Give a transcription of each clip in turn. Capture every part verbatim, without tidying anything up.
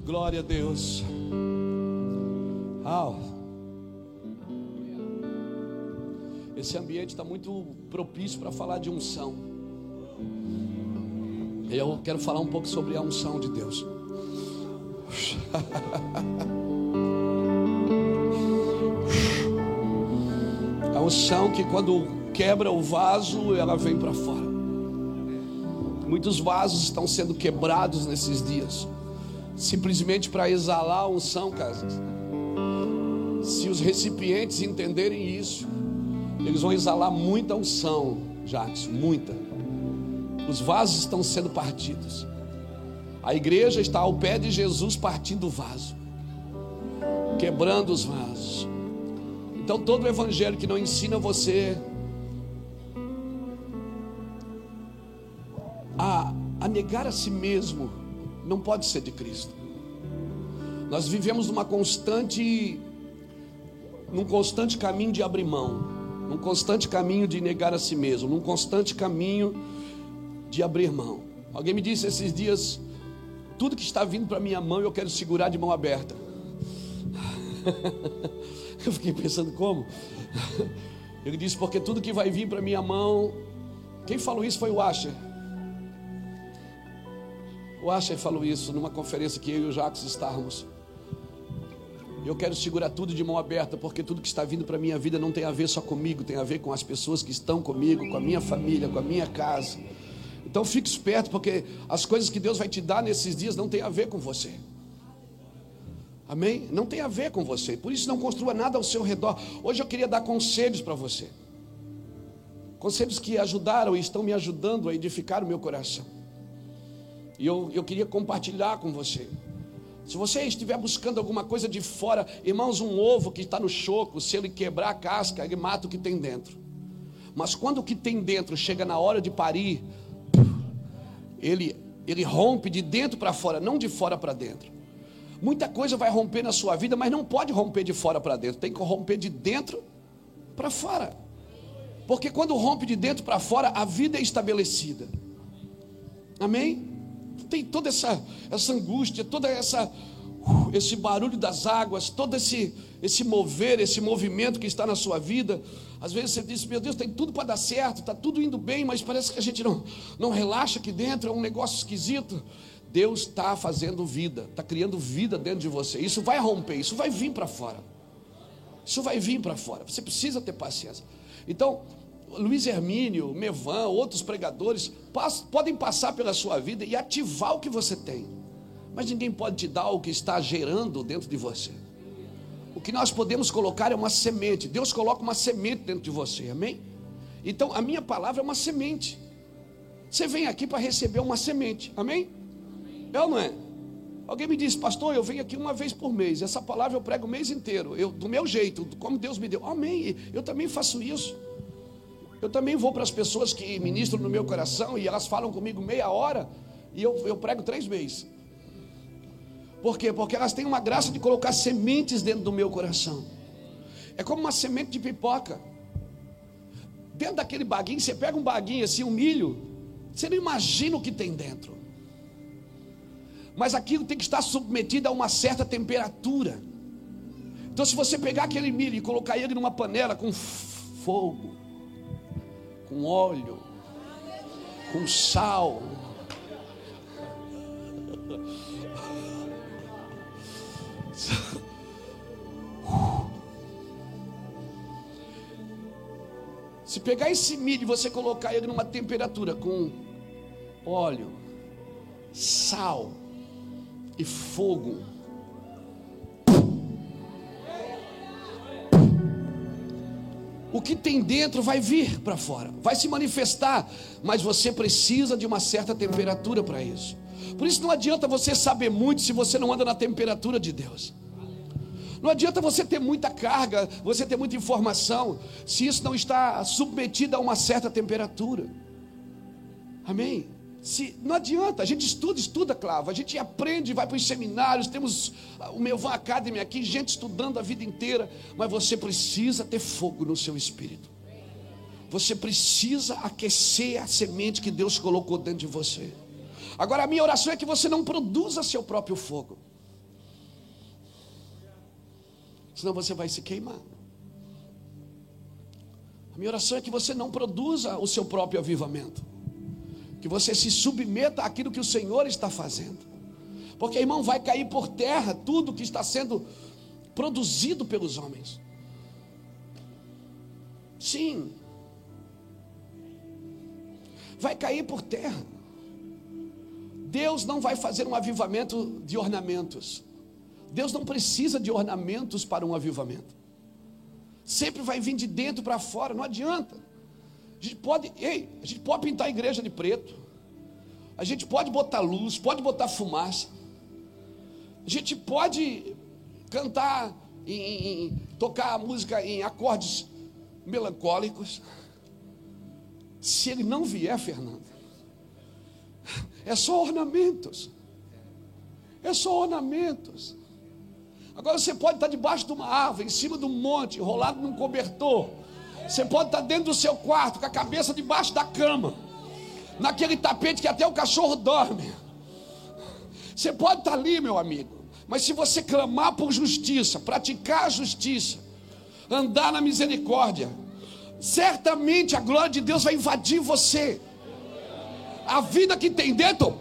Glória a Deus. Ah, esse ambiente está muito propício para falar de unção. Eu quero falar um pouco sobre a unção de Deus. A unção que quando quebra o vaso, ela vem para fora. Muitos vasos estão sendo quebrados nesses dias, simplesmente para exalar a unção, casas. Se os recipientes entenderem isso, eles vão exalar muita unção, Jackson, muita. Os vasos estão sendo partidos. A igreja está ao pé de Jesus partindo o vaso, quebrando os vasos. Então todo o evangelho que não ensina você a, a negar a si mesmo, não pode ser de Cristo. Nós vivemos numa constante, num constante caminho de abrir mão, num constante caminho de negar a si mesmo, num constante caminho de abrir mão. Alguém me disse esses dias: tudo que está vindo para minha mão eu quero segurar de mão aberta. Eu fiquei pensando como? Ele disse: porque tudo que vai vir para minha mão. Quem falou isso foi o Asher. O Asher falou isso numa conferência que eu e o Jacques estávamos. Eu quero segurar tudo de mão aberta, porque tudo que está vindo para a minha vida não tem a ver só comigo, tem a ver com as pessoas que estão comigo, com a minha família, com a minha casa. Então fique esperto, porque as coisas que Deus vai te dar nesses dias não tem a ver com você. Amém? Não tem a ver com você. Por isso não construa nada ao seu redor. Hoje eu queria dar conselhos para você. Conselhos que ajudaram e estão me ajudando a edificar o meu coração. E eu, eu queria compartilhar com você. Se você estiver buscando alguma coisa de fora, irmãos, um ovo que está no choco, se ele quebrar a casca, ele mata o que tem dentro. Mas quando o que tem dentro chega na hora de parir, ele, ele rompe de dentro para fora, não de fora para dentro. Muita coisa vai romper na sua vida, mas não pode romper de fora para dentro, tem que romper de dentro para fora. Porque quando rompe de dentro para fora, a vida é estabelecida. Amém? Tem toda essa, essa angústia, toda essa uh, esse barulho das águas, todo esse, esse mover, esse movimento que está na sua vida. Às vezes você diz: meu Deus, tem tudo para dar certo, está tudo indo bem, mas parece que a gente não, não relaxa aqui dentro, é um negócio esquisito. Deus está fazendo vida, está criando vida dentro de você. Isso vai romper, isso vai vir para fora. Isso vai vir para fora. Você precisa ter paciência. Então, Luiz Hermínio, Mevan, outros pregadores pass- podem passar pela sua vida e ativar o que você tem, mas ninguém pode te dar o que está gerando dentro de você. O que nós podemos colocar é uma semente. Deus coloca uma semente dentro de você, amém? Então a minha palavra é uma semente. Você vem aqui para receber uma semente, amém? É ou não é? Alguém me disse: pastor, eu venho aqui uma vez por mês, essa palavra eu prego o mês inteiro, eu, do meu jeito, como Deus me deu. Amém, eu também faço isso. Eu também vou para as pessoas que ministram no meu coração e elas falam comigo meia hora e eu, eu prego três meses. Por quê? Porque elas têm uma graça de colocar sementes dentro do meu coração. É como uma semente de pipoca. Dentro daquele baguinho, você pega um baguinho assim, um milho, você não imagina o que tem dentro. Mas aquilo tem que estar submetido a uma certa temperatura. Então se você pegar aquele milho e colocar ele numa panela com fogo, com óleo, com sal, se pegar esse milho e você colocar ele numa temperatura com óleo, sal e fogo, o que tem dentro vai vir para fora, vai se manifestar, mas você precisa de uma certa temperatura para isso. Por isso não adianta você saber muito se você não anda na temperatura de Deus. Não adianta você ter muita carga, você ter muita informação, se isso não está submetido a uma certa temperatura. Amém? Se, não adianta, a gente estuda, estuda, Clava, a gente aprende, vai para os seminários, temos o Mevan Academy aqui, gente estudando a vida inteira, mas você precisa ter fogo no seu espírito. Você precisa aquecer a semente que Deus colocou dentro de você. Agora a minha oração é que você não produza seu próprio fogo. senão você vai se queimar. A minha oração é que você não produza o seu próprio avivamento, que você se submeta àquilo que o Senhor está fazendo, porque, irmão, vai cair por terra tudo que está sendo produzido pelos homens. Sim, vai cair por terra. Deus não vai fazer um avivamento de ornamentos. Deus não precisa de ornamentos para um avivamento. Sempre vai vir de dentro para fora, não adianta. A gente pode, ei, a gente pode pintar a igreja de preto. A gente pode botar luz, pode botar fumaça. A gente pode cantar, em, em, tocar a música em acordes melancólicos. Se ele não vier, Fernando, é só ornamentos. É só ornamentos. Agora você pode estar debaixo de uma árvore, em cima de um monte, enrolado num cobertor. Você pode estar dentro do seu quarto, com a cabeça debaixo da cama, naquele tapete que até o cachorro dorme. Você pode estar ali, meu amigo, mas se você clamar por justiça, praticar a justiça, andar na misericórdia, certamente a glória de Deus vai invadir você. A vida que tem dentro,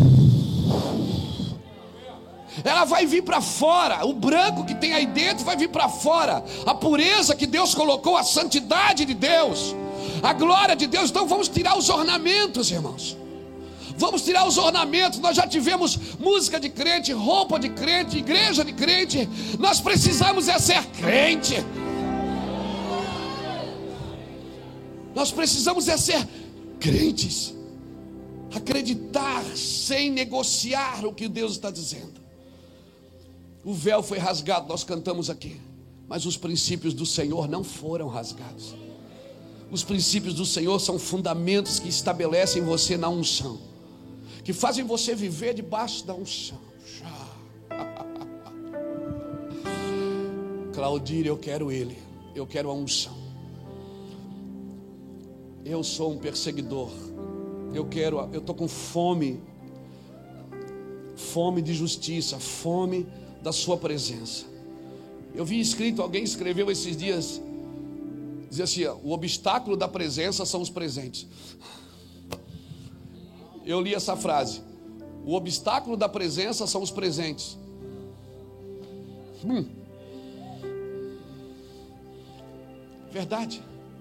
ela vai vir para fora. O branco que tem aí dentro vai vir para fora. A pureza que Deus colocou, a santidade de Deus, a glória de Deus. Então vamos tirar os ornamentos, irmãos. Vamos tirar os ornamentos. Nós já tivemos música de crente, roupa de crente, igreja de crente. Nós precisamos é ser crente. Nós precisamos é ser crentes. Acreditar sem negociar o que Deus está dizendo. O véu foi rasgado, nós cantamos aqui, mas os princípios do Senhor não foram rasgados. Os princípios do Senhor são fundamentos que estabelecem você na unção, que fazem você viver debaixo da unção. Claudir, eu quero Ele, eu quero a unção. Eu sou um perseguidor. Eu quero, eu estou com fome, fome de justiça, fome da sua presença. Eu vi escrito, alguém escreveu esses dias, dizia assim: ó, o obstáculo da presença são os presentes. Eu li essa frase: o obstáculo da presença são os presentes. Hum. Verdade.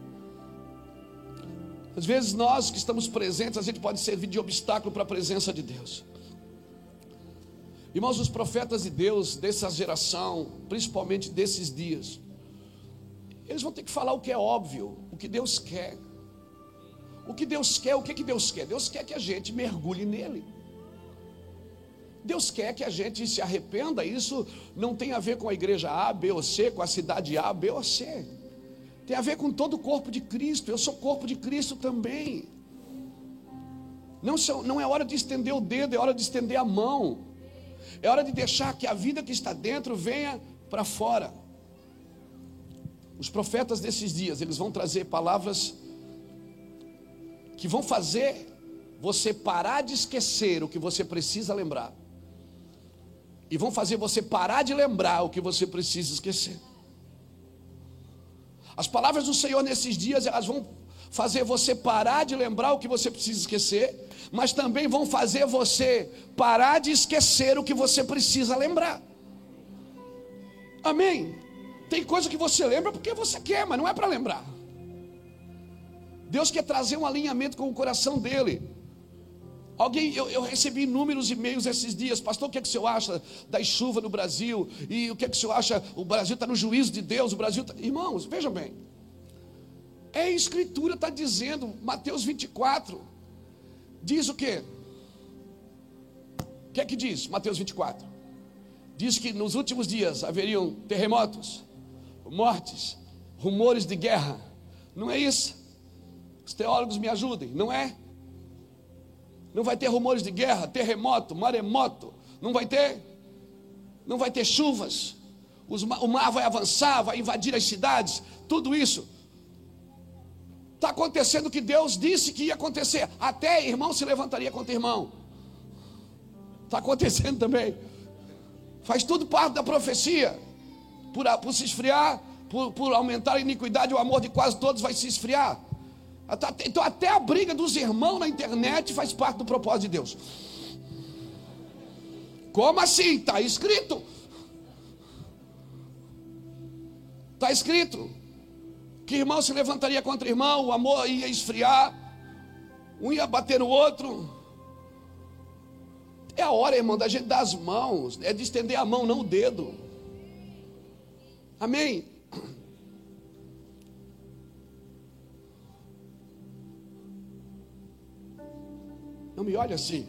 Às vezes nós que estamos presentes, a gente pode servir de obstáculo para a presença de Deus. Irmãos, os profetas de Deus dessa geração, principalmente desses dias, eles vão ter que falar o que é óbvio, o que Deus quer. O que Deus quer, o que, que Deus quer? Deus quer que a gente mergulhe nele. Deus quer que a gente se arrependa. Isso não tem a ver com a igreja A, B ou C, com a cidade A, B ou C. Tem a ver com todo o corpo de Cristo. Eu sou corpo de Cristo também. Não, não é hora de estender o dedo, é hora de estender a mão. É hora de deixar que a vida que está dentro venha para fora. Os profetas desses dias, eles vão trazer palavras que vão fazer você parar de esquecer o que você precisa lembrar, e vão fazer você parar de lembrar o que você precisa esquecer. As palavras do Senhor nesses dias, elas vão fazer você parar de lembrar o que você precisa esquecer, mas também vão fazer você parar de esquecer o que você precisa lembrar. Amém? Tem coisa que você lembra porque você quer, mas não é para lembrar. Deus quer trazer um alinhamento com o coração dele. Alguém, eu, eu recebi inúmeros e-mails esses dias: pastor, o que é que o senhor acha das chuvas no Brasil? E o que é que o senhor acha? O Brasil está no juízo de Deus, o Brasil tá... Irmãos, vejam bem, é a escritura está dizendo, Mateus vinte e quatro, diz o quê? O que é que diz Mateus vinte e quatro? Diz que nos últimos dias haveriam terremotos, mortes, rumores de guerra. Não é isso? Os teólogos me ajudem, não é? Não vai ter rumores de guerra, terremoto, maremoto, não vai ter, não vai ter chuvas, os, o mar vai avançar, vai invadir as cidades, tudo isso está acontecendo o que Deus disse que ia acontecer. Até irmão se levantaria contra irmão, está acontecendo também, faz tudo parte da profecia. por, por se esfriar, por, por aumentar a iniquidade, o amor de quase todos vai se esfriar. Então até a briga dos irmãos na internet faz parte do propósito de Deus. Como assim? Está escrito. Está escrito que irmão se levantaria contra irmão, o amor ia esfriar, um ia bater no outro. É a hora, irmão, da gente dar as mãos, é de estender a mão, não o dedo. Amém? Não me olhe assim.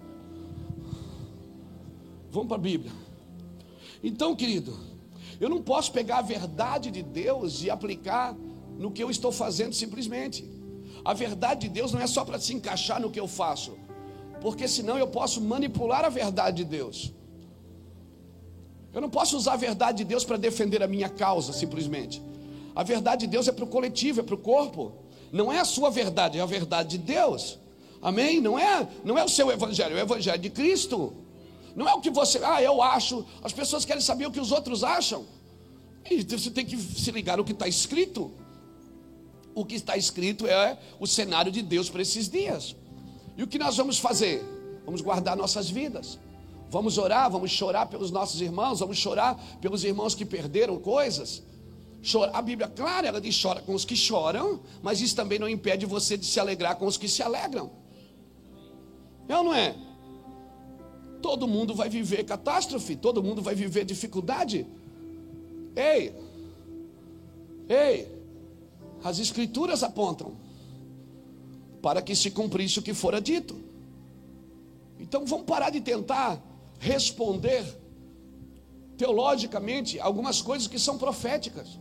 Vamos para a Bíblia. Então, querido, eu não posso pegar a verdade de Deus e aplicar no que eu estou fazendo simplesmente. A verdade de Deus não é só para se encaixar no que eu faço, porque senão eu posso manipular a verdade de Deus. Eu não posso usar a verdade de Deus para defender a minha causa simplesmente. A verdade de Deus é para o coletivo, é para o corpo. Não é a sua verdade, é a verdade de Deus. Amém? Não é, não é o seu evangelho, é o evangelho de Cristo. Não é o que você, ah, eu acho. As pessoas querem saber o que os outros acham. E você tem que se ligar no que está escrito. O que está escrito é o cenário de Deus para esses dias. E o que nós vamos fazer? Vamos guardar nossas vidas. Vamos orar, vamos chorar pelos nossos irmãos, vamos chorar pelos irmãos que perderam coisas. Chora, a Bíblia, claro, ela diz chora com os que choram, mas isso também não impede você de se alegrar com os que se alegram. É ou não é? Todo mundo vai viver catástrofe, todo mundo vai viver dificuldade. Ei, ei, as escrituras apontam para que se cumprisse o que fora dito. Então vamos parar de tentar responder teologicamente algumas coisas que são proféticas.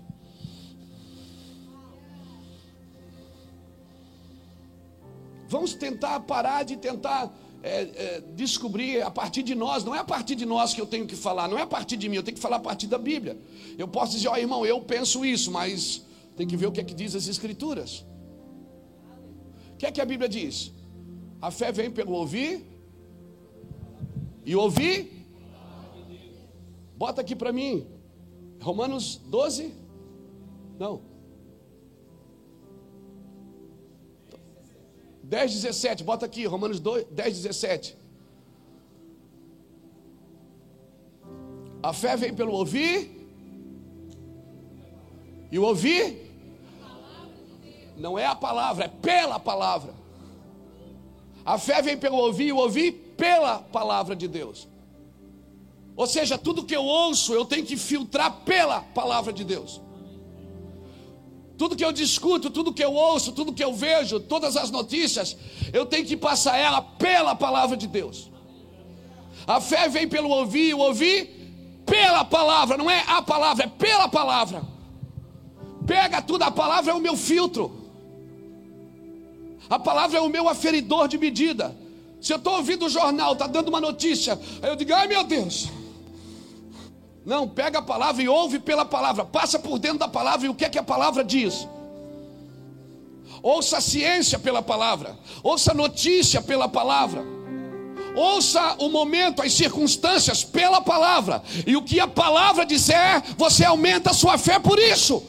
Vamos tentar parar de tentar é, é, descobrir a partir de nós. Não é a partir de nós que eu tenho que falar, não é a partir de mim, eu tenho que falar a partir da Bíblia. Eu posso dizer, ó irmão, eu penso isso, mas tem que ver o que é que diz as Escrituras. O que é que a Bíblia diz? A fé vem pelo ouvir e ouvir. Bota aqui para mim Romanos doze. Não, dez, dezessete, bota aqui, Romanos dez, dezessete. A fé vem pelo ouvir, e o ouvir não é a palavra, é pela palavra. A fé vem pelo ouvir, e o ouvir pela palavra de Deus. Ou seja, tudo que eu ouço, eu tenho que filtrar pela palavra de Deus. Tudo que eu discuto, tudo que eu ouço, tudo que eu vejo, todas as notícias, eu tenho que passar ela pela palavra de Deus. A fé vem pelo ouvir, o ouvir pela palavra, não é a palavra, é pela palavra. Pega tudo, a palavra é o meu filtro. A palavra é o meu aferidor de medida. Se eu estou ouvindo o jornal, está dando uma notícia, aí eu digo, ai meu Deus. Não, pega a palavra e ouve pela palavra. Passa por dentro da palavra e o que é que a palavra diz. Ouça a ciência pela palavra. Ouça a notícia pela palavra. Ouça o momento, as circunstâncias pela palavra. E o que a palavra disser, você aumenta a sua fé por isso.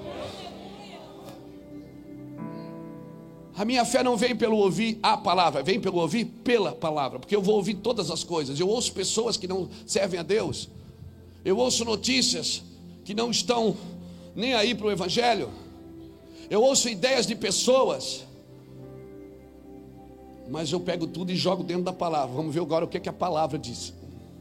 A minha fé não vem pelo ouvir a palavra, vem pelo ouvir pela palavra. Porque eu vou ouvir todas as coisas. Eu ouço pessoas que não servem a Deus. Eu ouço notícias que não estão nem aí para o Evangelho. Eu ouço ideias de pessoas. Mas eu pego tudo e jogo dentro da palavra. Vamos ver agora o que é que a palavra diz.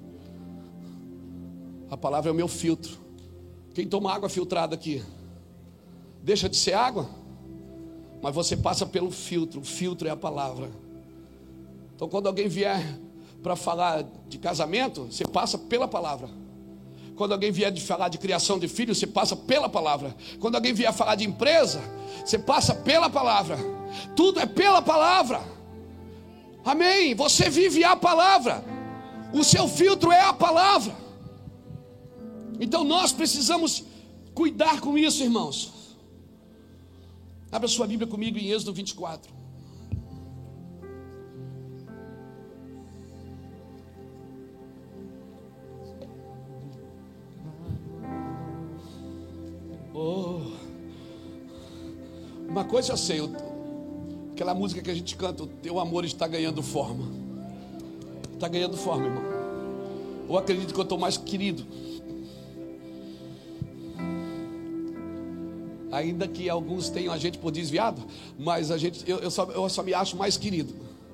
A palavra é o meu filtro. Quem toma água filtrada aqui deixa de ser água? Mas você passa pelo filtro. O filtro é a palavra. Então quando alguém vier para falar de casamento, você passa pela palavra. Quando alguém vier de falar de criação de filhos, você passa pela palavra. Quando alguém vier falar de empresa, você passa pela palavra. Tudo é pela palavra. Amém? Você vive a palavra. O seu filtro é a palavra. Então nós precisamos cuidar com isso, irmãos. Abra sua Bíblia comigo em Êxodo vinte e quatro. Oh. Uma coisa eu sei, aquela música que a gente canta, o teu amor está ganhando forma. Está ganhando forma, irmão. Eu acredito que eu estou mais querido. Ainda que alguns tenham a gente por desviado, mas a gente, eu, eu, só, eu só me acho mais querido.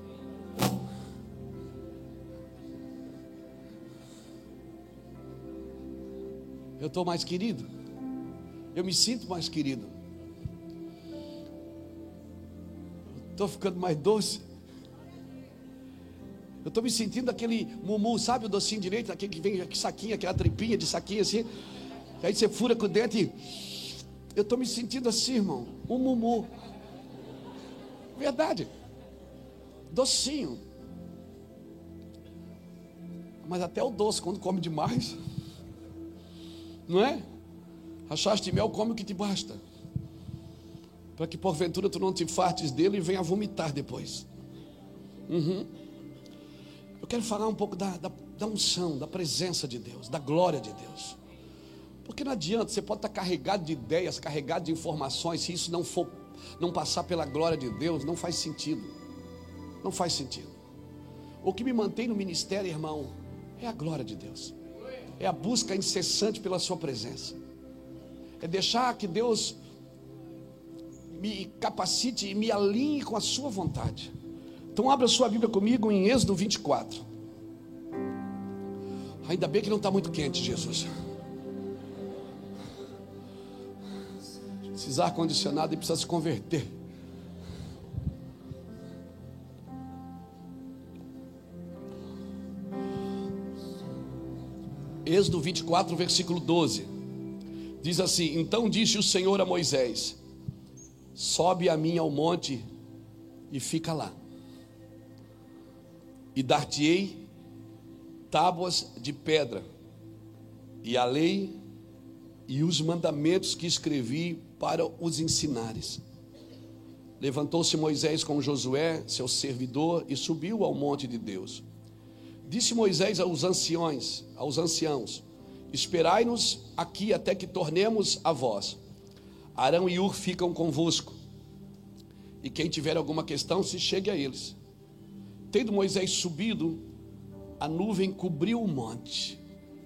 Eu estou mais querido. Eu me sinto mais querido. Estou ficando mais doce. Eu estou me sentindo aquele mumu, sabe o docinho direito? Aquele que vem, aquele saquinho, aquela tripinha de saquinho assim. Aí você fura com o dente e... Eu estou me sentindo assim, irmão. Um mumu. Verdade. Docinho. Mas até o doce, quando come demais... Não é? Achaste mel, come o que te basta, para que porventura tu não te fartes dele e venha vomitar depois. Uhum. Eu quero falar um pouco da, da, da unção, da presença de Deus, da glória de Deus. Porque não adianta, você pode estar carregado de ideias, carregado de informações, se isso não for, não passar pela glória de Deus, não faz sentido. Não faz sentido. O que me mantém no ministério, irmão, é a glória de Deus. É a busca incessante pela sua presença. É deixar que Deus me capacite e me alinhe com a sua vontade. Então abra a sua Bíblia comigo em Êxodo vinte e quatro. Ainda bem que não está muito quente, Jesus. Esses ar-condicionado precisa se converter. Êxodo vinte e quatro, versículo doze. Diz assim: então disse o Senhor a Moisés: sobe a mim ao monte e fica lá, e dar-te-ei tábuas de pedra, e a lei e os mandamentos que escrevi para os ensinares. Levantou-se Moisés com Josué, seu servidor, e subiu ao monte de Deus. Disse Moisés aos anciões, aos anciãos: esperai-nos aqui até que tornemos a vós. Arão e Ur ficam convosco, e quem tiver alguma questão se chegue a eles. Tendo Moisés subido, a nuvem cobriu o monte.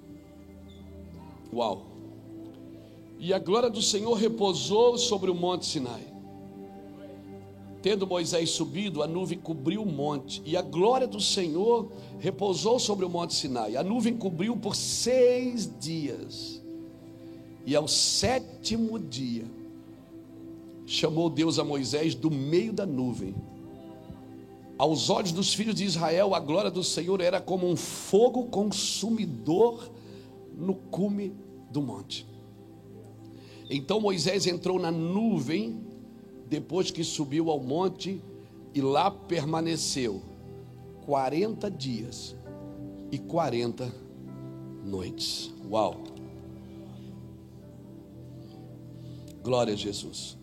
Uau! E a glória do Senhor repousou sobre o monte Sinai. Tendo Moisés subido, a nuvem cobriu o monte, e a glória do Senhor repousou sobre o monte Sinai. A nuvem cobriu por seis dias, e ao sétimo dia chamou Deus a Moisés do meio da nuvem. Aos olhos dos filhos de Israel, a glória do Senhor era como um fogo consumidor no cume do monte. Então Moisés entrou na nuvem depois que subiu ao monte, e lá permaneceu quarenta dias e quarenta noites. Uau! Glória a Jesus.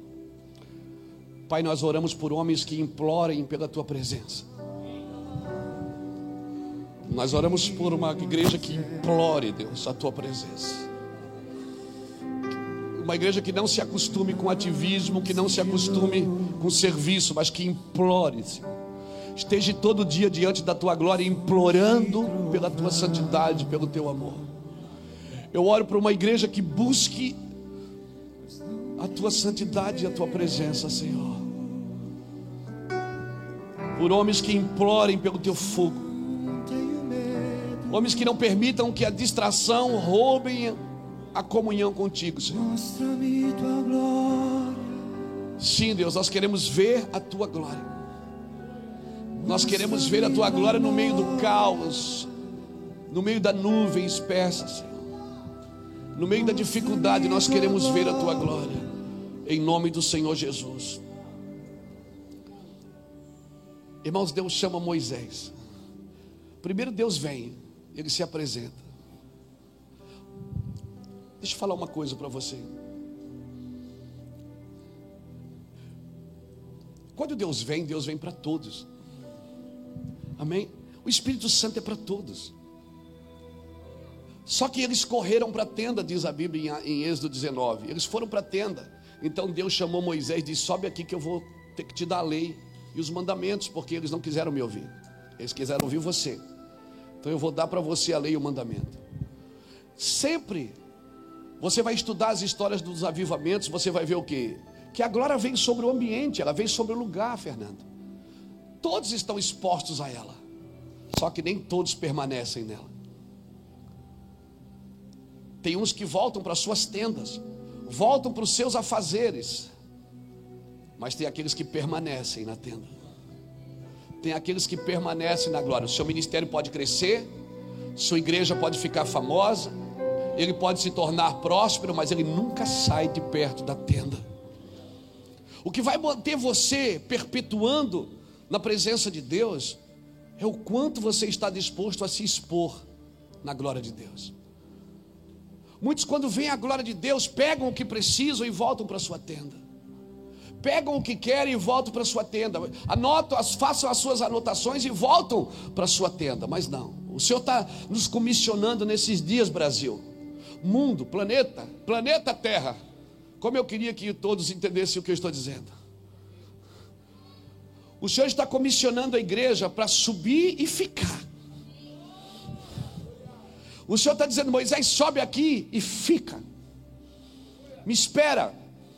Pai, nós oramos por homens que implorem pela tua presença. Nós oramos por uma igreja que implore, Deus, a tua presença. Uma igreja que não se acostume com ativismo, que não se acostume com serviço, mas que implore, Senhor. Esteja todo dia diante da tua glória, implorando pela tua santidade, pelo teu amor. Eu oro por uma igreja que busque a tua santidade e a tua presença, Senhor. Por homens que implorem pelo teu fogo. Homens que não permitam que a distração roubem a comunhão contigo, Senhor. Mostra-me tua glória. Sim, Deus, nós queremos ver a tua glória. Nós queremos ver a tua glória no meio do caos, no meio da nuvem espessa, Senhor. No meio da dificuldade, nós queremos ver a tua glória, em nome do Senhor Jesus. Irmãos, Deus chama Moisés. Primeiro Deus vem, ele se apresenta. Deixa eu falar uma coisa para você. Quando Deus vem, Deus vem para todos. Amém? O Espírito Santo é para todos. Só que eles correram para a tenda, diz a Bíblia em Êxodo dezenove. Eles foram para a tenda. Então Deus chamou Moisés e disse: sobe aqui que eu vou ter que te dar a lei e os mandamentos, porque eles não quiseram me ouvir. Eles quiseram ouvir você. Então eu vou dar para você a lei e o mandamento. Sempre você vai estudar as histórias dos avivamentos, você vai ver o quê? Que a glória vem sobre o ambiente, ela vem sobre o lugar, Fernando. Todos estão expostos a ela, só que nem todos permanecem nela. Tem uns que voltam para suas tendas, voltam para os seus afazeres, mas tem aqueles que permanecem na tenda. Tem aqueles que permanecem na glória. O seu ministério pode crescer, sua igreja pode ficar famosa, ele pode se tornar próspero, mas ele nunca sai de perto da tenda. O que vai manter você perpetuando na presença de Deus é o quanto você está disposto a se expor na glória de Deus. Muitos, quando vem a glória de Deus, pegam o que precisam e voltam para a sua tenda. Pegam o que querem e voltam para a sua tenda. Anotam, façam as suas anotações e voltam para a sua tenda. Mas não, o Senhor está nos comissionando nesses dias, Brasil. Mundo, planeta, planeta Terra. Como eu queria que todos entendessem o que eu estou dizendo. O Senhor está comissionando a igreja para subir e ficar. O Senhor está dizendo: Moisés, sobe aqui e fica. Me espera.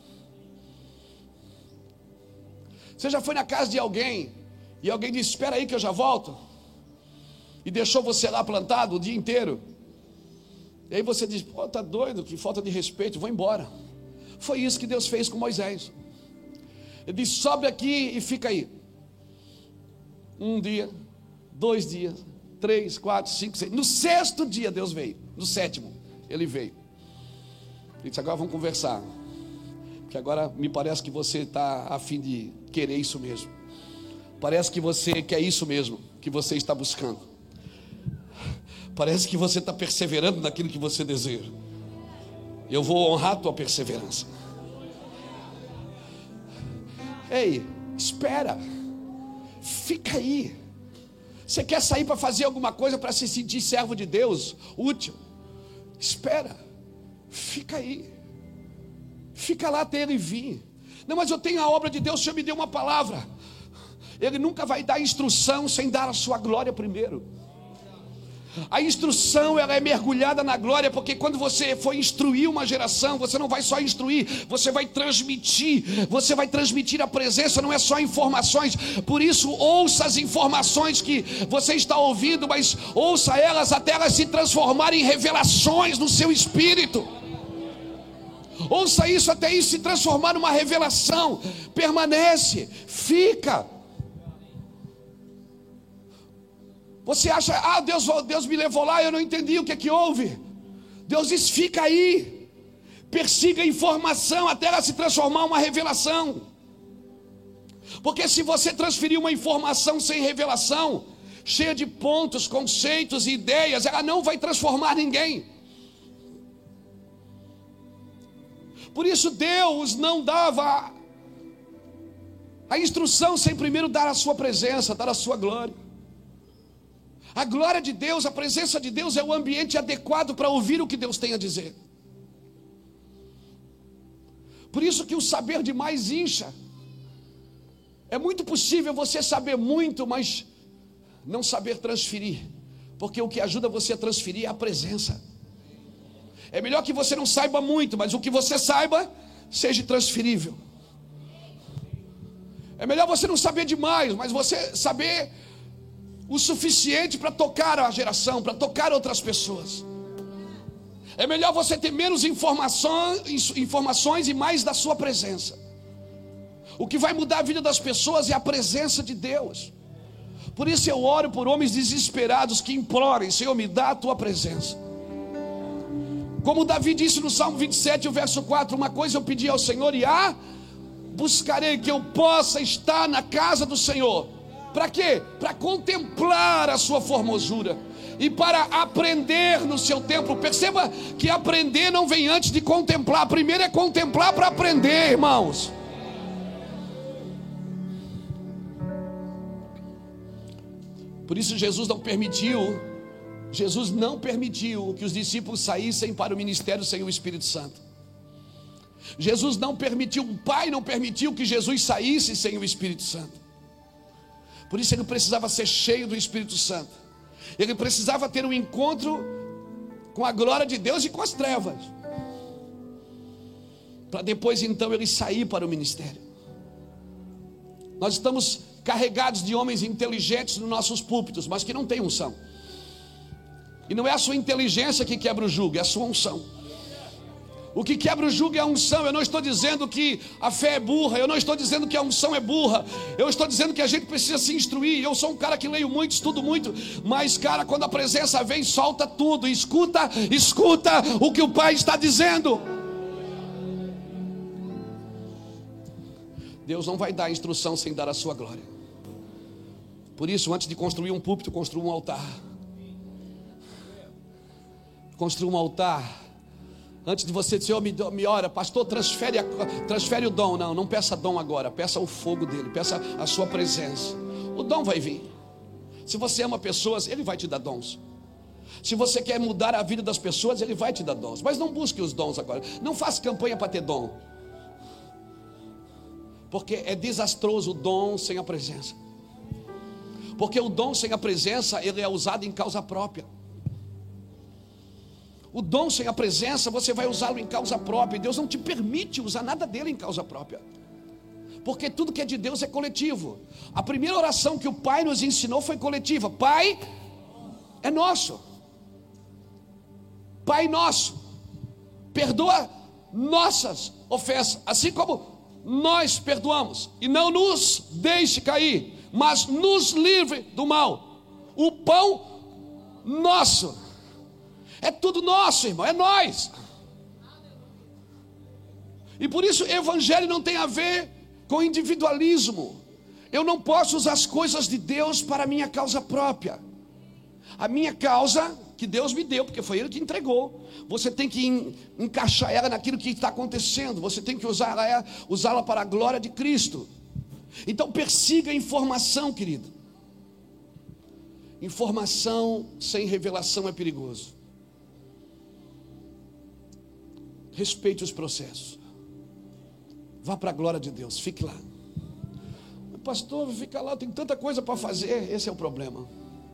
Você já foi na casa de alguém e alguém disse: espera aí que eu já volto, e deixou você lá plantado o dia inteiro? E aí você diz: pô, tá doido, que falta de respeito, vou embora. Foi isso que Deus fez com Moisés. Ele disse: sobe aqui e fica aí. Um dia, dois dias, três, quatro, cinco, seis. No sexto dia Deus veio. No sétimo ele veio. Ele disse: agora vamos conversar, porque agora me parece que você está a fim de querer isso mesmo. Parece que você quer isso mesmo que você está buscando. Parece que você está perseverando naquilo que você deseja. Eu vou honrar a tua perseverança. Ei, espera. Fica aí. Você quer sair para fazer alguma coisa, para se sentir servo de Deus, útil? Espera. Fica aí. Fica lá até ele vir. Não, mas eu tenho a obra de Deus, o Senhor me deu uma palavra. Ele nunca vai dar instrução sem dar a sua glória primeiro. A instrução, ela é mergulhada na glória, porque quando você for instruir uma geração, você não vai só instruir, você vai transmitir, você vai transmitir a presença, não é só informações. Por isso, ouça as informações que você está ouvindo, mas ouça elas até elas se transformarem em revelações no seu espírito. Ouça isso até isso se transformar numa revelação. Permanece, fica. Você acha: ah, Deus, Deus me levou lá, eu não entendi o que é que houve. Deus diz: fica aí, persiga a informação até ela se transformar em uma revelação. Porque se você transferir uma informação sem revelação, cheia de pontos, conceitos e ideias, ela não vai transformar ninguém. Por isso Deus não dava a instrução sem primeiro dar a sua presença, dar a sua glória. A glória de Deus, a presença de Deus é o ambiente adequado para ouvir o que Deus tem a dizer. Por isso que o saber demais incha. É muito possível você saber muito, mas não saber transferir, porque o que ajuda você a transferir é a presença. É melhor que você não saiba muito, mas o que você saiba seja transferível. É melhor você não saber demais, mas você saber o suficiente para tocar a geração, para tocar outras pessoas. É melhor você ter menos informações, informações e mais da sua presença. O que vai mudar a vida das pessoas é a presença de Deus. Por isso eu oro por homens desesperados que implorem: Senhor, me dá a tua presença. Como Davi disse no Salmo vinte e sete, o verso quatro: uma coisa eu pedi ao Senhor e a buscarei, que eu possa estar na casa do Senhor. Para quê? Para contemplar a sua formosura e para aprender no seu templo. Perceba que aprender não vem antes de contemplar. Primeiro é contemplar para aprender, irmãos. Por isso Jesus não permitiu Jesus não permitiu que os discípulos saíssem para o ministério sem o Espírito Santo. Jesus não permitiu, o Pai não permitiu que Jesus saísse sem o Espírito Santo. Por isso ele precisava ser cheio do Espírito Santo. Ele precisava ter um encontro com a glória de Deus e com as trevas, para depois então ele sair para o ministério. Nós estamos carregados de homens inteligentes nos nossos púlpitos, mas que não têm unção. E não é a sua inteligência que quebra o jugo, é a sua unção. O que quebra o jugo é a unção. Eu não estou dizendo que a fé é burra, eu não estou dizendo que a unção é burra, eu estou dizendo que a gente precisa se instruir. Eu sou um cara que leio muito, estudo muito, mas cara, quando a presença vem, solta tudo, escuta, escuta o que o Pai está dizendo. Deus não vai dar instrução sem dar a sua glória. Por isso, antes de construir um púlpito, construa um altar. Construa um altar. Antes de você dizer, oh, me, me ora, pastor, transfere, a, transfere o dom. Não, não peça dom agora, peça o fogo dele, peça a sua presença. O dom vai vir. Se você ama pessoas, ele vai te dar dons. Se você quer mudar a vida das pessoas, ele vai te dar dons. Mas não busque os dons agora. Não faça campanha para ter dom, porque é desastroso o dom sem a presença. Porque o dom sem a presença, ele é usado em causa própria. O dom sem a presença, você vai usá-lo em causa própria. E Deus não te permite usar nada dele em causa própria, porque tudo que é de Deus é coletivo. A primeira oração que o Pai nos ensinou foi coletiva. Pai é nosso. Pai nosso, perdoa nossas ofensas, assim como nós perdoamos. E não nos deixe cair, mas nos livre do mal. O pão nosso. É tudo nosso, irmão, é nós. E por isso evangelho não tem a ver com individualismo. Eu não posso usar as coisas de Deus para a minha causa própria. A minha causa que Deus me deu, porque foi Ele que entregou. Você tem que encaixar ela naquilo que está acontecendo. Você tem que usar ela, usá-la para a glória de Cristo. Então persiga a informação, querido. Informação sem revelação é perigoso. Respeite os processos. Vá para a glória de Deus, fique lá. Pastor, fica lá, tem tanta coisa para fazer. Esse é o problema.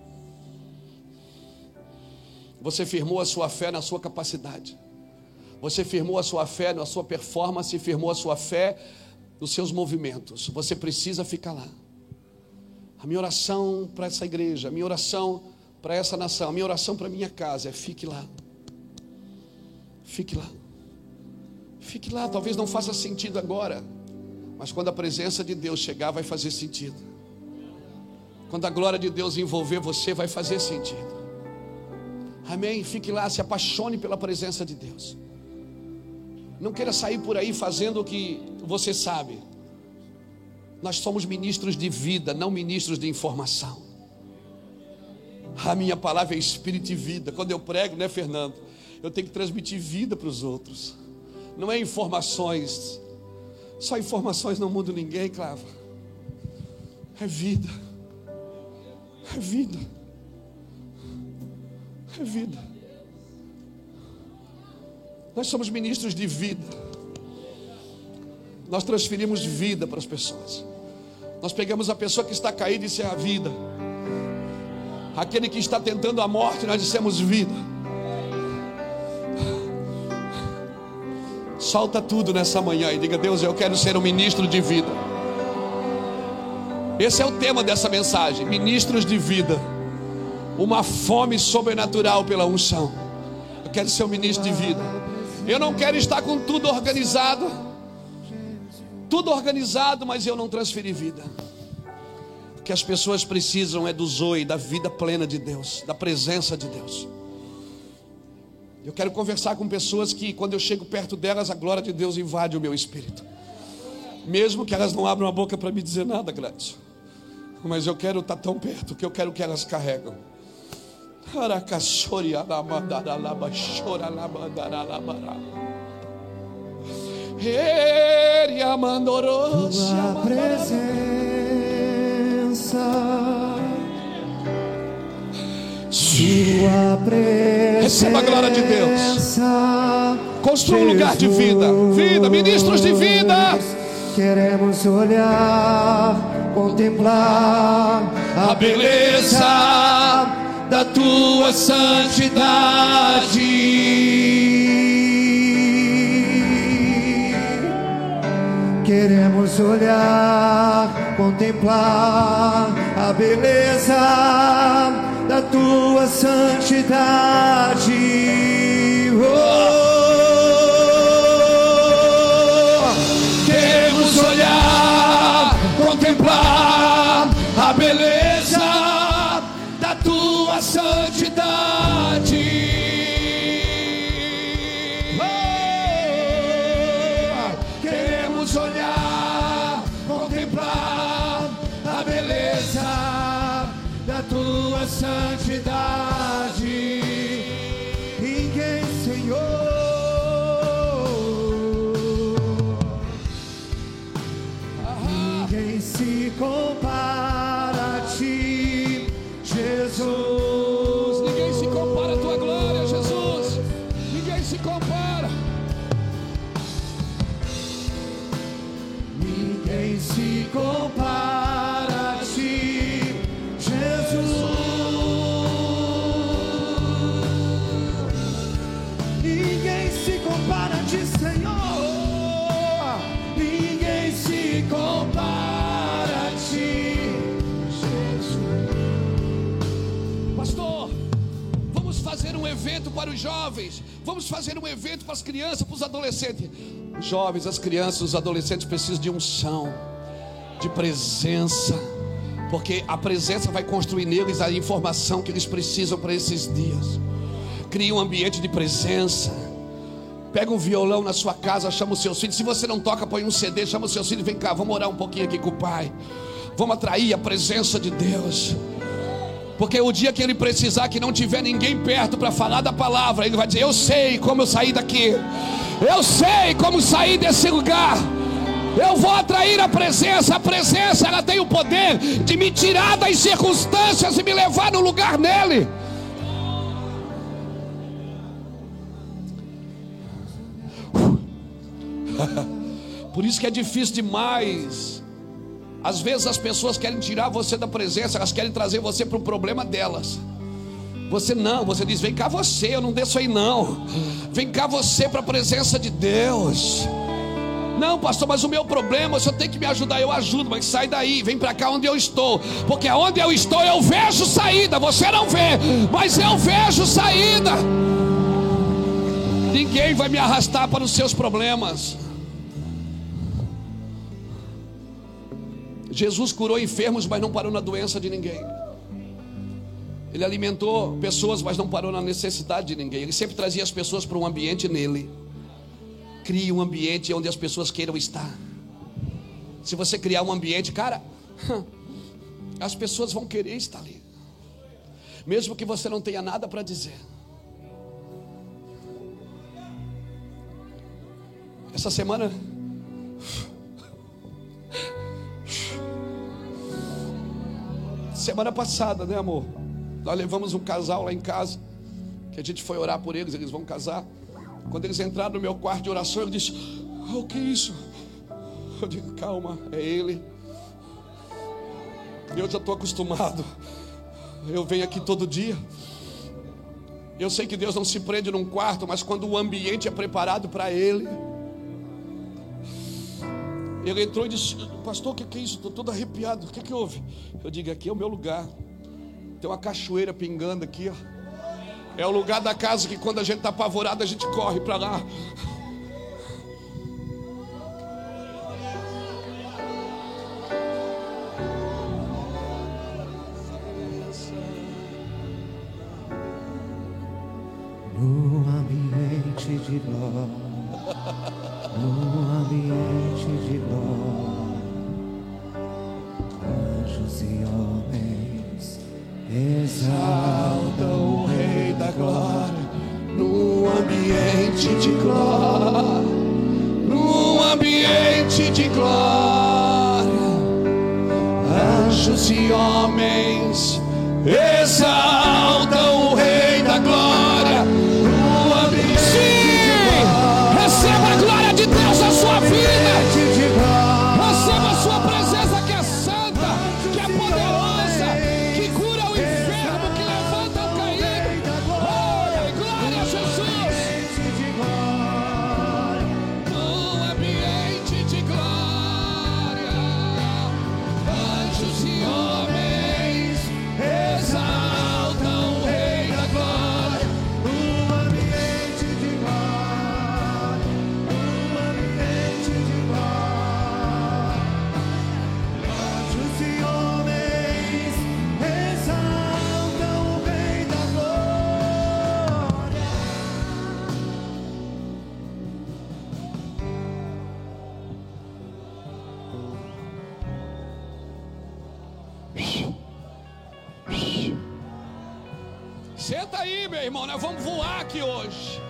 Você firmou a sua fé na sua capacidade. Você firmou a sua fé na sua performance, firmou a sua fé nos seus movimentos. Você precisa ficar lá. A minha oração para essa igreja, a minha oração para essa nação, a minha oração para a minha casa é: fique lá. Fique lá. Fique lá. Talvez não faça sentido agora, mas quando a presença de Deus chegar, vai fazer sentido. Quando a glória de Deus envolver você, vai fazer sentido. Amém? Fique lá, se apaixone pela presença de Deus. Não queira sair por aí fazendo o que você sabe. Nós somos ministros de vida, não ministros de informação. A minha palavra é espírito e vida. Quando eu prego, né, Fernando? Eu tenho que transmitir vida para os outros. Não é informações. Só informações não mudam ninguém, Clava. É vida. É vida. É vida. Nós somos ministros de vida. Nós transferimos vida para as pessoas. Nós pegamos a pessoa que está caída e dissemos a vida. Aquele que está tentando a morte, nós dissemos vida. Solta tudo nessa manhã e diga: Deus, eu quero ser um ministro de vida. Esse é o tema dessa mensagem: ministros de vida. Uma fome sobrenatural pela unção. Eu quero ser um ministro de vida. Eu não quero estar com tudo organizado. Tudo organizado, mas eu não transferi vida. O que as pessoas precisam é do zoe, da vida plena de Deus, da presença de Deus. Eu quero conversar com pessoas que, quando eu chego perto delas, a glória de Deus invade o meu espírito. Mesmo que elas não abram a boca para me dizer nada, Gladys. Mas eu quero estar tão perto que eu quero que elas carregam. Tua presença, Tua Receba a glória de Deus. Construa um lugar de vida. Vida, ministros de vida. Queremos olhar, contemplar a beleza da tua santidade. Queremos olhar, contemplar a beleza da tua santidade. Oh. Queremos olhar, contemplar a beleza da tua santidade. Oh. Queremos olhar, contemplar a beleza da tua santidade. Ninguém, Senhor, ninguém se compara a ti, Jesus. Ninguém se compara a tua glória, Jesus. Ninguém se compara. Ninguém se compara a ti, Jesus. Ninguém se compara a ti, Senhor. Ninguém se compara a ti, Jesus. Pastor, vamos fazer um evento para os jovens. Vamos fazer um evento para as crianças, para os adolescentes. Os jovens, as crianças, os adolescentes precisam de unção, de presença, porque a presença vai construir neles a informação que eles precisam para esses dias. Crie um ambiente de presença. Pega um violão na sua casa, chama os seus filhos. Se você não toca, põe um C D, chama os seus filhos. Vem cá, vamos orar um pouquinho aqui com o Pai. Vamos atrair a presença de Deus. Porque o dia que ele precisar, que não tiver ninguém perto para falar da palavra, ele vai dizer: eu sei como eu saí daqui, eu sei como sair desse lugar. Eu vou atrair a presença. A presença, ela tem o poder de me tirar das circunstâncias e me levar no lugar nele. Por isso que é difícil demais. Às vezes as pessoas querem tirar você da presença, elas querem trazer você para o problema delas. Você não, você diz: vem cá você, eu não desço aí não. Vem cá você para a presença de Deus. Não, pastor, mas o meu problema, o senhor tem que me ajudar. Eu ajudo, mas sai daí, vem para cá onde eu estou. Porque onde eu estou eu vejo saída. Você não vê, mas eu vejo saída. Ninguém vai me arrastar para os seus problemas. Jesus curou enfermos, mas não parou na doença de ninguém. Ele alimentou pessoas, mas não parou na necessidade de ninguém. Ele sempre trazia as pessoas para um ambiente nele. Crie um ambiente onde as pessoas queiram estar. Se você criar um ambiente, cara, as pessoas vão querer estar ali, mesmo que você não tenha nada para dizer. Essa semana Semana passada, né, amor? Nós levamos um casal lá em casa, que a gente foi orar por eles, eles vão casar. Quando eles entraram no meu quarto de oração, eu disse: oh, o que é isso? Eu digo: calma, é ele. Eu já estou acostumado. Eu venho aqui todo dia. Eu sei que Deus não se prende num quarto, mas quando o ambiente é preparado para ele. Ele entrou e disse: pastor, o que, que é isso? Estou todo arrepiado. O que, que houve? Eu digo: aqui é o meu lugar. Tem uma cachoeira pingando aqui, ó. É o lugar da casa que quando a gente está apavorado, a gente corre para lá. No ambiente de glória, no ambiente de glória, anjos e homens exaltam o Rei da glória. No ambiente de glória, no ambiente de glória, anjos e homens exaltam o Rei da Senta aí, meu irmão, nós vamos voar aqui hoje.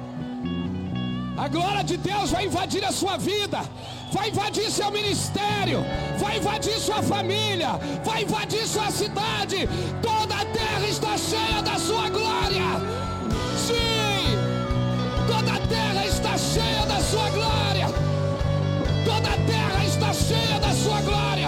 A glória de Deus vai invadir a sua vida, vai invadir seu ministério, vai invadir sua família, vai invadir sua cidade. Toda a terra está cheia da sua glória. Sim, toda a terra está cheia da sua glória. Toda a terra está cheia da sua glória.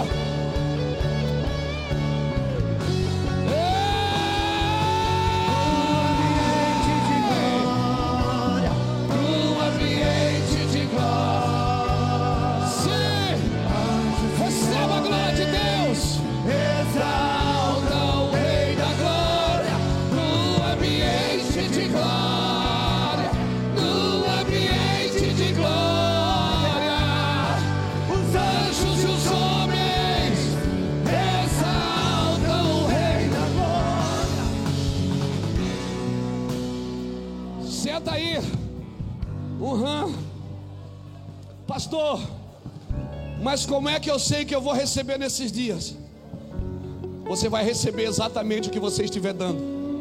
Senta aí. Uhum. Pastor, mas como é que eu sei que eu vou receber nesses dias? Você vai receber exatamente o que você estiver dando.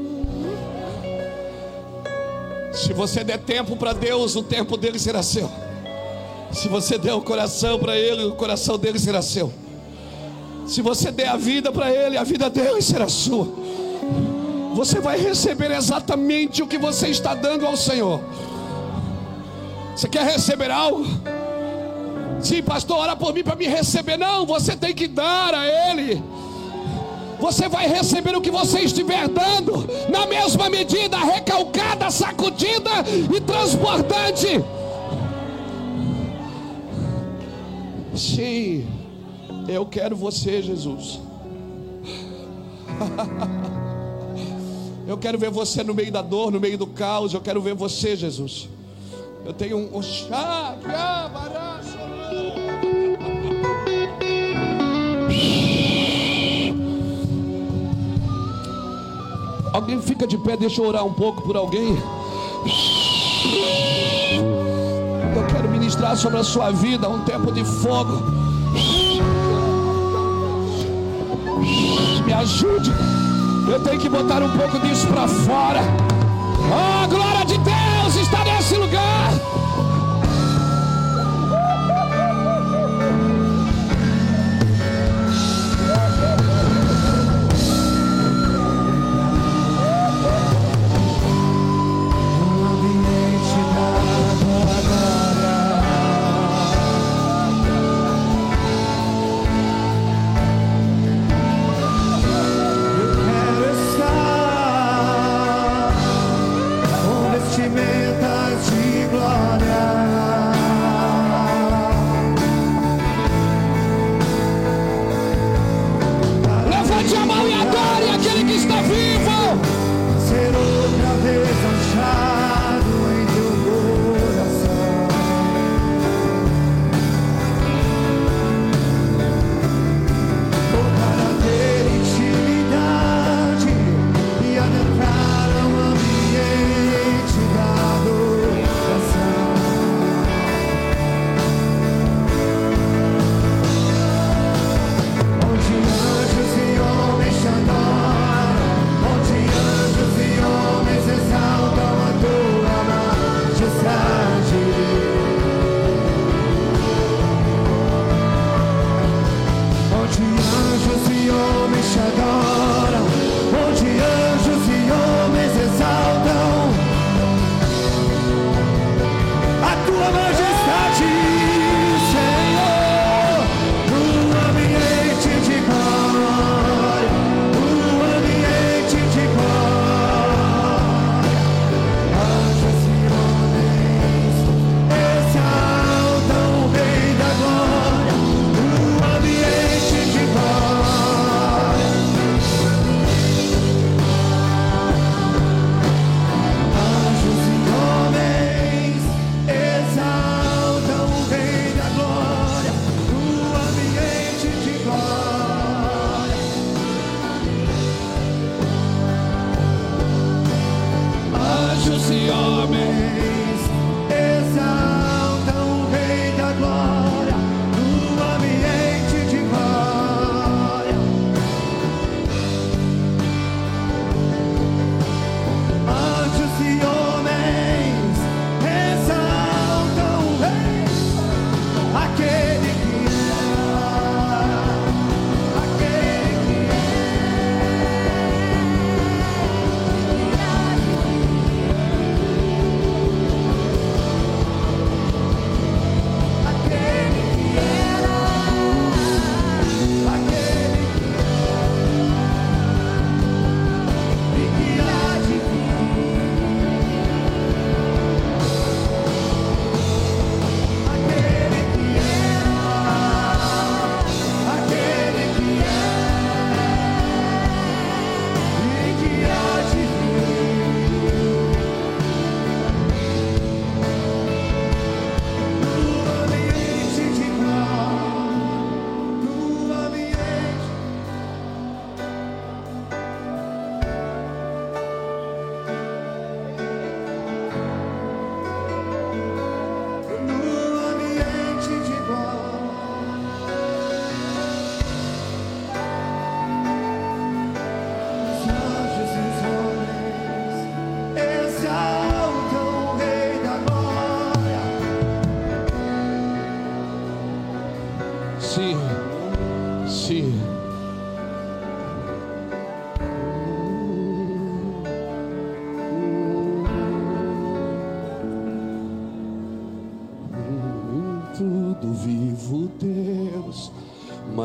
Se você der tempo para Deus, o tempo dele será seu. Se você der o coração para Ele, o coração dele será seu. Se você der a vida para Ele, a vida dele será sua. Você vai receber exatamente o que você está dando ao Senhor. Você quer receber algo? Sim, pastor, ora por mim para me receber. Não, você tem que dar a Ele. Você vai receber o que você estiver dando, na mesma medida, recalcada, sacudida e transbordante. Sim, eu quero você, Jesus. Eu quero ver você no meio da dor, no meio do caos. Eu quero ver você, Jesus. Eu tenho um... Alguém fica de pé, deixa eu orar um pouco por alguém. Eu quero ministrar sobre a sua vida um tempo de fogo. Me ajude. Eu tenho que botar um pouco disso para fora. Oh, a glória de Deus está nesse lugar. Vestimentas de glória.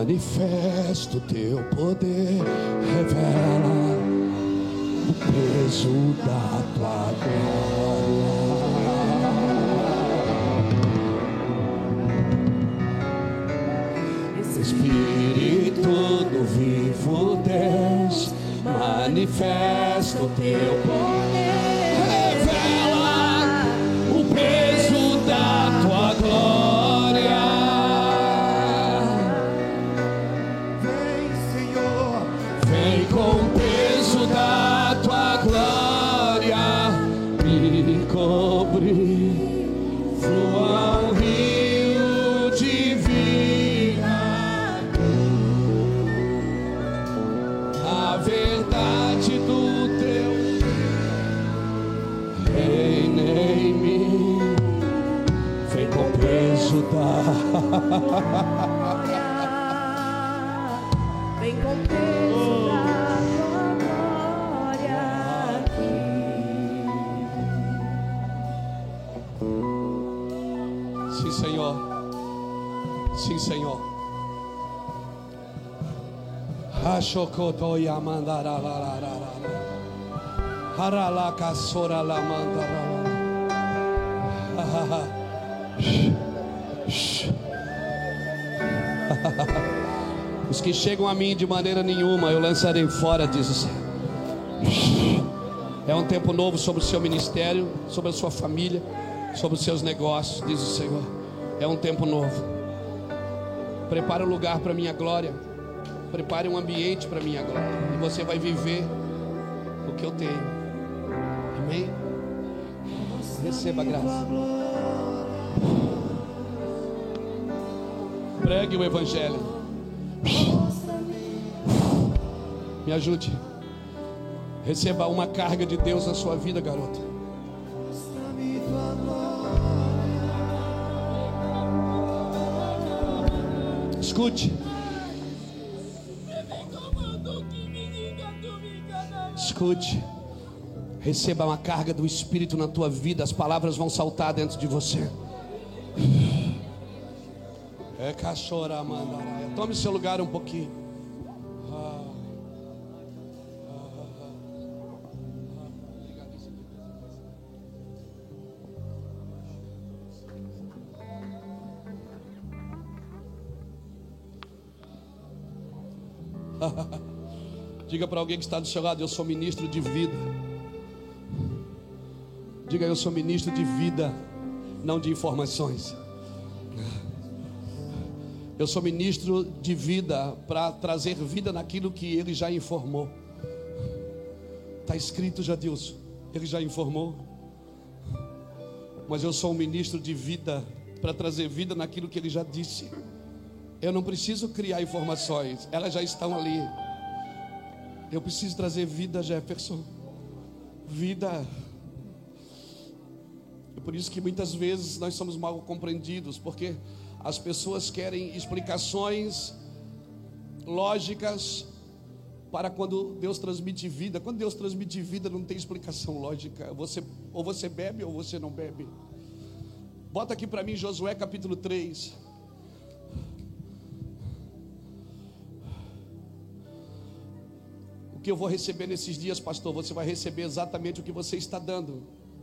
Manifesta o teu poder, revela o peso da tua glória. Espírito do vivo Deus, manifesta o teu poder, revela o peso da tua glória. Vem, Senhor, vem com o peso da tua glória, me cobre, flua um rio de vida, a verdade do teu reino em mim, vem com o peso da vem com o peso da tua glória aqui. Sim, Senhor. Sim, Senhor. Hashokotoya mandarararara. Haralaka sorala mandarara. Os que chegam a mim de maneira nenhuma eu lançarei fora, diz o Senhor. É um tempo novo sobre o seu ministério, sobre a sua família, sobre os seus negócios, diz o Senhor. É um tempo novo. Prepare um lugar para a minha glória. Prepare um ambiente para a minha glória. E você vai viver o que eu tenho. Amém? Receba a graça. Pregue o evangelho. Me ajude. Receba uma carga de Deus na sua vida, garoto. Escute. Escute. Receba uma carga do Espírito na tua vida. As palavras vão saltar dentro de você. É cachorra mandaraia. Tome seu lugar um pouquinho. Diga para alguém que está do seu lado: eu sou ministro de vida. Diga: eu sou ministro de vida, não de informações. Eu sou ministro de vida para trazer vida naquilo que Ele já informou. Está escrito, Jadilson, Ele já informou. Mas eu sou um ministro de vida para trazer vida naquilo que Ele já disse. Eu não preciso criar informações, elas já estão ali. Eu preciso trazer vida, Jefferson. Vida. É por isso que muitas vezes nós somos mal compreendidos, porque as pessoas querem explicações lógicas para quando Deus transmite vida. Quando Deus transmite vida, não tem explicação lógica. Você, ou você bebe ou você não bebe. Bota aqui para mim Josué capítulo três. O que eu vou receber nesses dias, pastor? Você vai receber exatamente o que você está dando.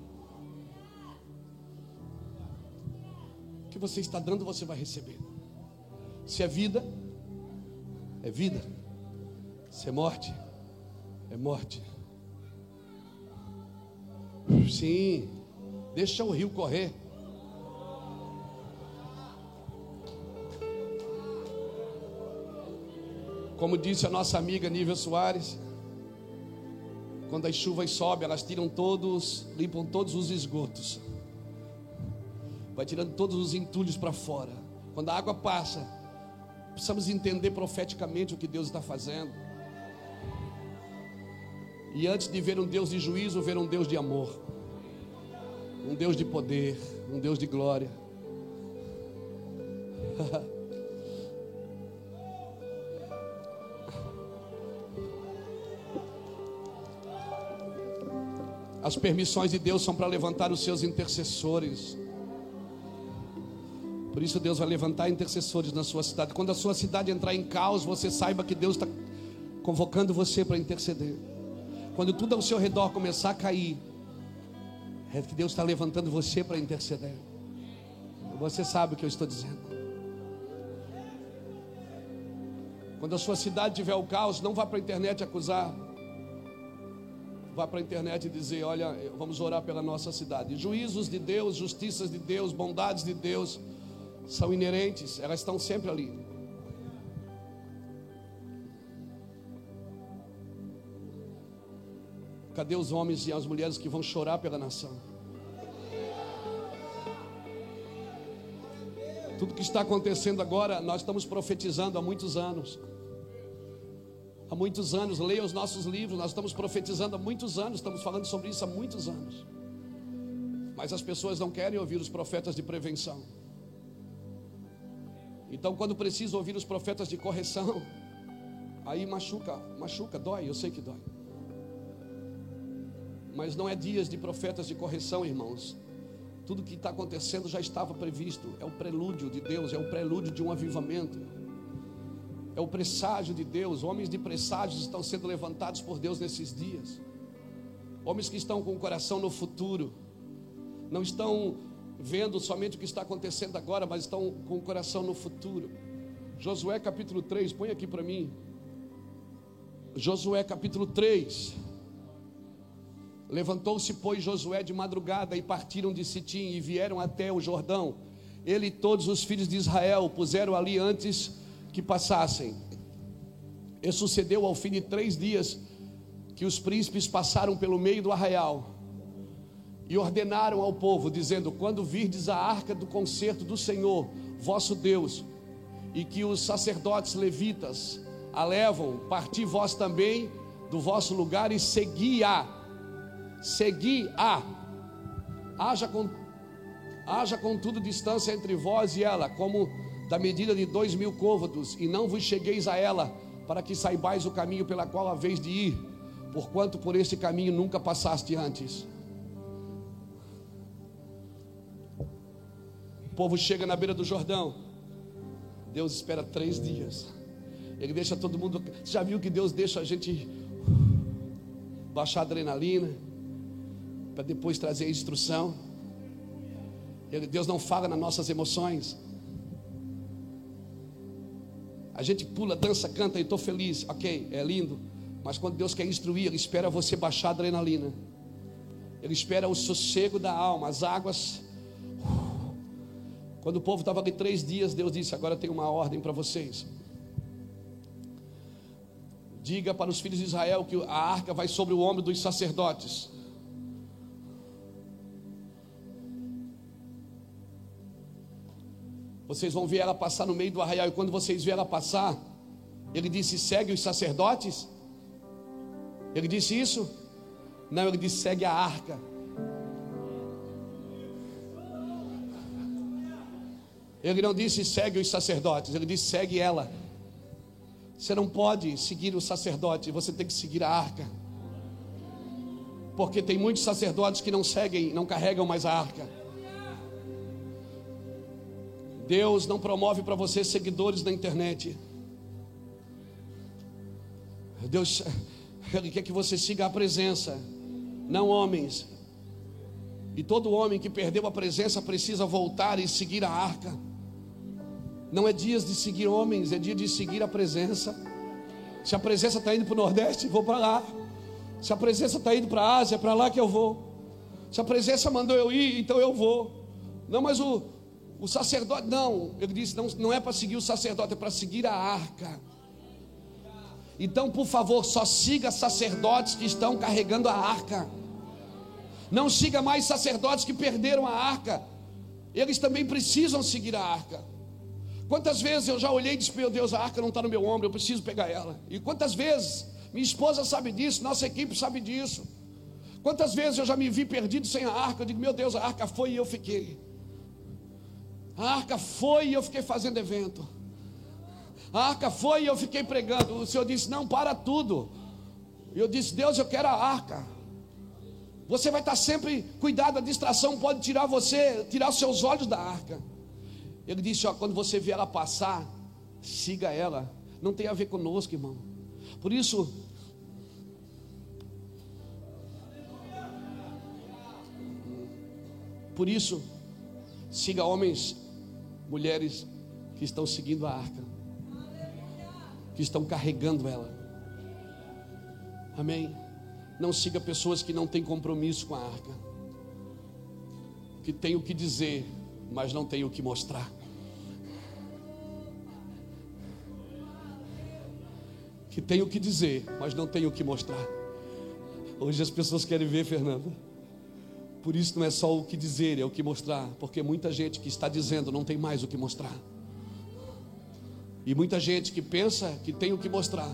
O que você está dando, você vai receber. Se é vida, é vida. Se é morte, é morte. Sim, deixa o rio correr. Como disse a nossa amiga Nívia Soares, quando as chuvas sobem, elas tiram todos, limpam todos os esgotos, vai tirando todos os entulhos para fora. Quando a água passa, precisamos entender profeticamente o que Deus está fazendo. E antes de ver um Deus de juízo, ver um Deus de amor, um Deus de poder, um Deus de glória. As permissões de Deus são para levantar os seus intercessores, Por isso Deus vai levantar intercessores na sua cidade. Quando a sua cidade entrar em caos, você saiba que Deus está convocando você para interceder. Quando tudo ao seu redor começar a cair, é que Deus está levantando você para interceder. Você sabe o que eu estou dizendo. Quando a sua cidade tiver o caos, não vá para a internet acusar. Vá para a internet e dizer: olha, vamos orar pela nossa cidade. Juízos de Deus, justiças de Deus, bondades de Deus são inerentes, elas estão sempre ali. Cadê os homens e as mulheres que vão chorar pela nação? Tudo que está acontecendo agora, nós estamos profetizando há muitos anos. Há muitos anos, leia os nossos livros, nós estamos profetizando há muitos anos, estamos falando sobre isso há muitos anos. Mas as pessoas não querem ouvir os profetas de prevenção. Então, quando precisa ouvir os profetas de correção, aí machuca, machuca, dói, eu sei que dói. Mas não é dias de profetas de correção, irmãos. Tudo que está acontecendo já estava previsto. É o prelúdio de Deus, é o prelúdio de um avivamento. É o presságio de Deus. Homens de presságios estão sendo levantados por Deus nesses dias. Homens que estão com o coração no futuro. Não estão vendo somente o que está acontecendo agora, mas estão com o coração no futuro. Josué capítulo três, põe aqui para mim. Josué capítulo três. Levantou-se, pois, Josué de madrugada, e partiram de Sitim, e vieram até o Jordão. Ele e todos os filhos de Israel puseram ali antes que passassem. E sucedeu ao fim de três dias, que os príncipes passaram pelo meio do arraial, e ordenaram ao povo, dizendo: quando virdes a arca do concerto do Senhor, vosso Deus, e que os sacerdotes levitas a levam, parti vós também do vosso lugar e segui-a. Segui-a. Haja, com, haja contudo distância entre vós e ela, como da medida de dois mil côvados, e não vos chegueis a ela, para que saibais o caminho pela qual haveis de ir, porquanto por esse caminho nunca passaste antes. O povo chega na beira do Jordão. Deus espera três dias. Ele deixa todo mundo. Você já viu que Deus deixa a gente baixar a adrenalina, para depois trazer a instrução? Ele, Deus não fala nas nossas emoções. A gente pula, dança, canta e estou feliz. Ok, é lindo. Mas quando Deus quer instruir, Ele espera você baixar a adrenalina. Ele espera o sossego da alma, as águas. Quando o povo estava ali três dias, Deus disse: agora tem uma ordem para vocês. Diga para os filhos de Israel que a arca vai sobre o ombro dos sacerdotes. Vocês vão ver ela passar no meio do arraial. E quando vocês verem ela passar, ele disse: segue os sacerdotes. Ele disse isso? Não, ele disse: segue a arca. Ele não disse segue os sacerdotes, ele disse segue ela. Você não pode seguir o sacerdote, você tem que seguir a arca. Porque tem muitos sacerdotes que não seguem, não carregam mais a arca. Deus não promove para você seguidores na internet. Deus, Ele quer que você siga a presença, não homens. E todo homem que perdeu a presença precisa voltar e seguir a arca. Não é dias de seguir homens, é dia de seguir a presença. Se a presença está indo para o Nordeste, vou para lá. Se a presença está indo para a Ásia, é para lá que eu vou. Se a presença mandou eu ir, então eu vou. Não, mas o, o sacerdote, não. Ele disse, não, não é para seguir o sacerdote, é para seguir a arca. Então, por favor, só siga sacerdotes que estão carregando a arca. Não siga mais sacerdotes que perderam a arca. Eles também precisam seguir a arca. Quantas vezes eu já olhei e disse: meu Deus, a arca não está no meu ombro, eu preciso pegar ela. E quantas vezes, minha esposa sabe disso, nossa equipe sabe disso. Quantas vezes eu já me vi perdido sem a arca. Eu digo: meu Deus, a arca foi e eu fiquei. A arca foi e eu fiquei fazendo evento. A arca foi e eu fiquei pregando. O Senhor disse: não, para tudo. E eu disse: Deus, eu quero a arca. Você vai estar sempre, cuidado, a distração pode tirar você, tirar os seus olhos da arca. Ele disse, ó, quando você vê ela passar, siga ela. Não tem a ver conosco, irmão. Por isso, por isso, siga homens, mulheres que estão seguindo a arca, que estão carregando ela. Amém? Não siga pessoas que não têm compromisso com a arca, que têm o que dizer, mas não têm o que mostrar. Que tem o que dizer, mas não tem o que mostrar. Hoje as pessoas querem ver, Fernanda. Por isso não é só o que dizer, é o que mostrar. Porque muita gente que está dizendo não tem mais o que mostrar. E muita gente que pensa que tem o que mostrar,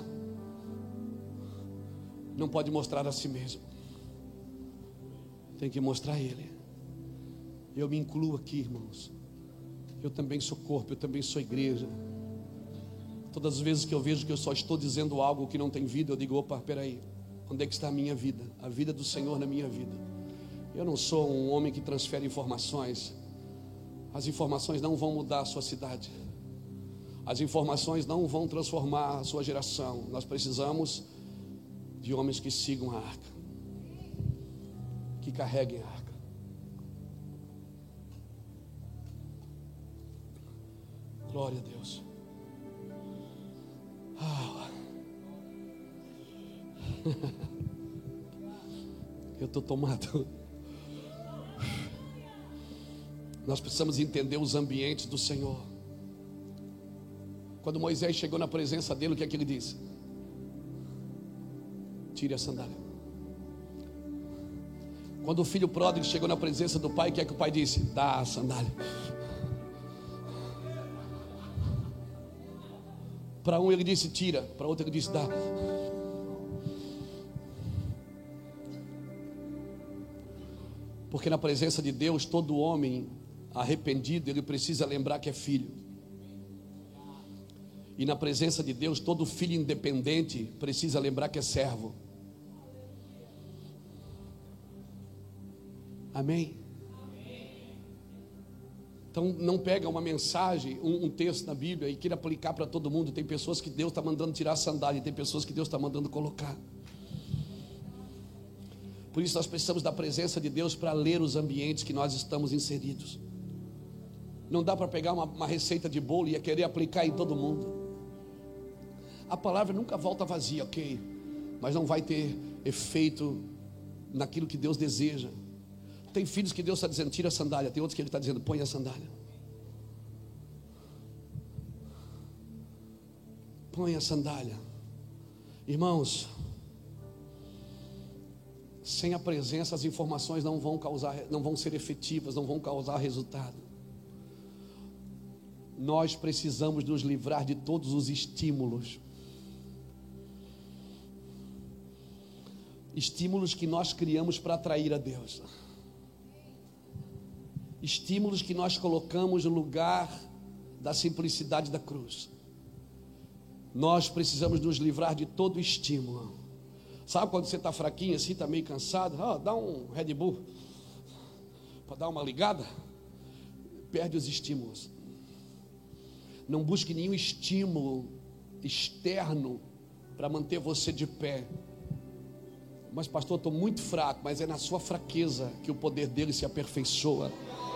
não pode mostrar a si mesmo. Tem que mostrar a Ele. Eu me incluo aqui, irmãos. Eu também sou corpo, eu também sou igreja. Todas as vezes que eu vejo que eu só estou dizendo algo que não tem vida, eu digo, opa, peraí, onde é que está a minha vida? A vida do Senhor na minha vida. Eu não sou um homem que transfere informações. As informações não vão mudar a sua cidade. As informações não vão transformar a sua geração. Nós precisamos de homens que sigam a arca, que carreguem a arca. Glória a Deus. Ah. Eu estou tomado. Nós precisamos entender os ambientes do Senhor. Quando Moisés chegou na presença dele, o que é que ele disse? Tire a sandália. Quando o filho pródigo chegou na presença do pai, o que é que o pai disse? Dá a sandália. Para um ele disse tira, para outro ele disse dá. Porque na presença de Deus, todo homem arrependido, ele precisa lembrar que é filho. E na presença de Deus, todo filho independente precisa lembrar que é servo. Amém? Então não pega uma mensagem, um, um texto na Bíblia e queira aplicar para todo mundo. Tem pessoas que Deus está mandando tirar a sandália, e tem pessoas que Deus está mandando colocar. Por isso nós precisamos da presença de Deus para ler os ambientes que nós estamos inseridos. Não dá para pegar uma, uma receita de bolo e querer aplicar em todo mundo. A palavra nunca volta vazia, ok? Mas não vai ter efeito naquilo que Deus deseja. Tem filhos que Deus está dizendo, tira a sandália. Tem outros que Ele está dizendo, põe a sandália. Põe a sandália. Irmãos, sem a presença as informações não vão causar, não vão ser efetivas, não vão causar resultado. Nós precisamos nos livrar de todos os estímulos. Estímulos que nós criamos para atrair a Deus. Estímulos que nós colocamos no lugar da simplicidade da cruz. Nós precisamos nos livrar de todo estímulo. Sabe quando você está fraquinho assim, está meio cansado? Oh, dá um Red Bull para dar uma ligada. Perde os estímulos. Não busque nenhum estímulo externo para manter você de pé. Mas pastor, estou muito fraco. Mas é na sua fraqueza que o poder dele se aperfeiçoa.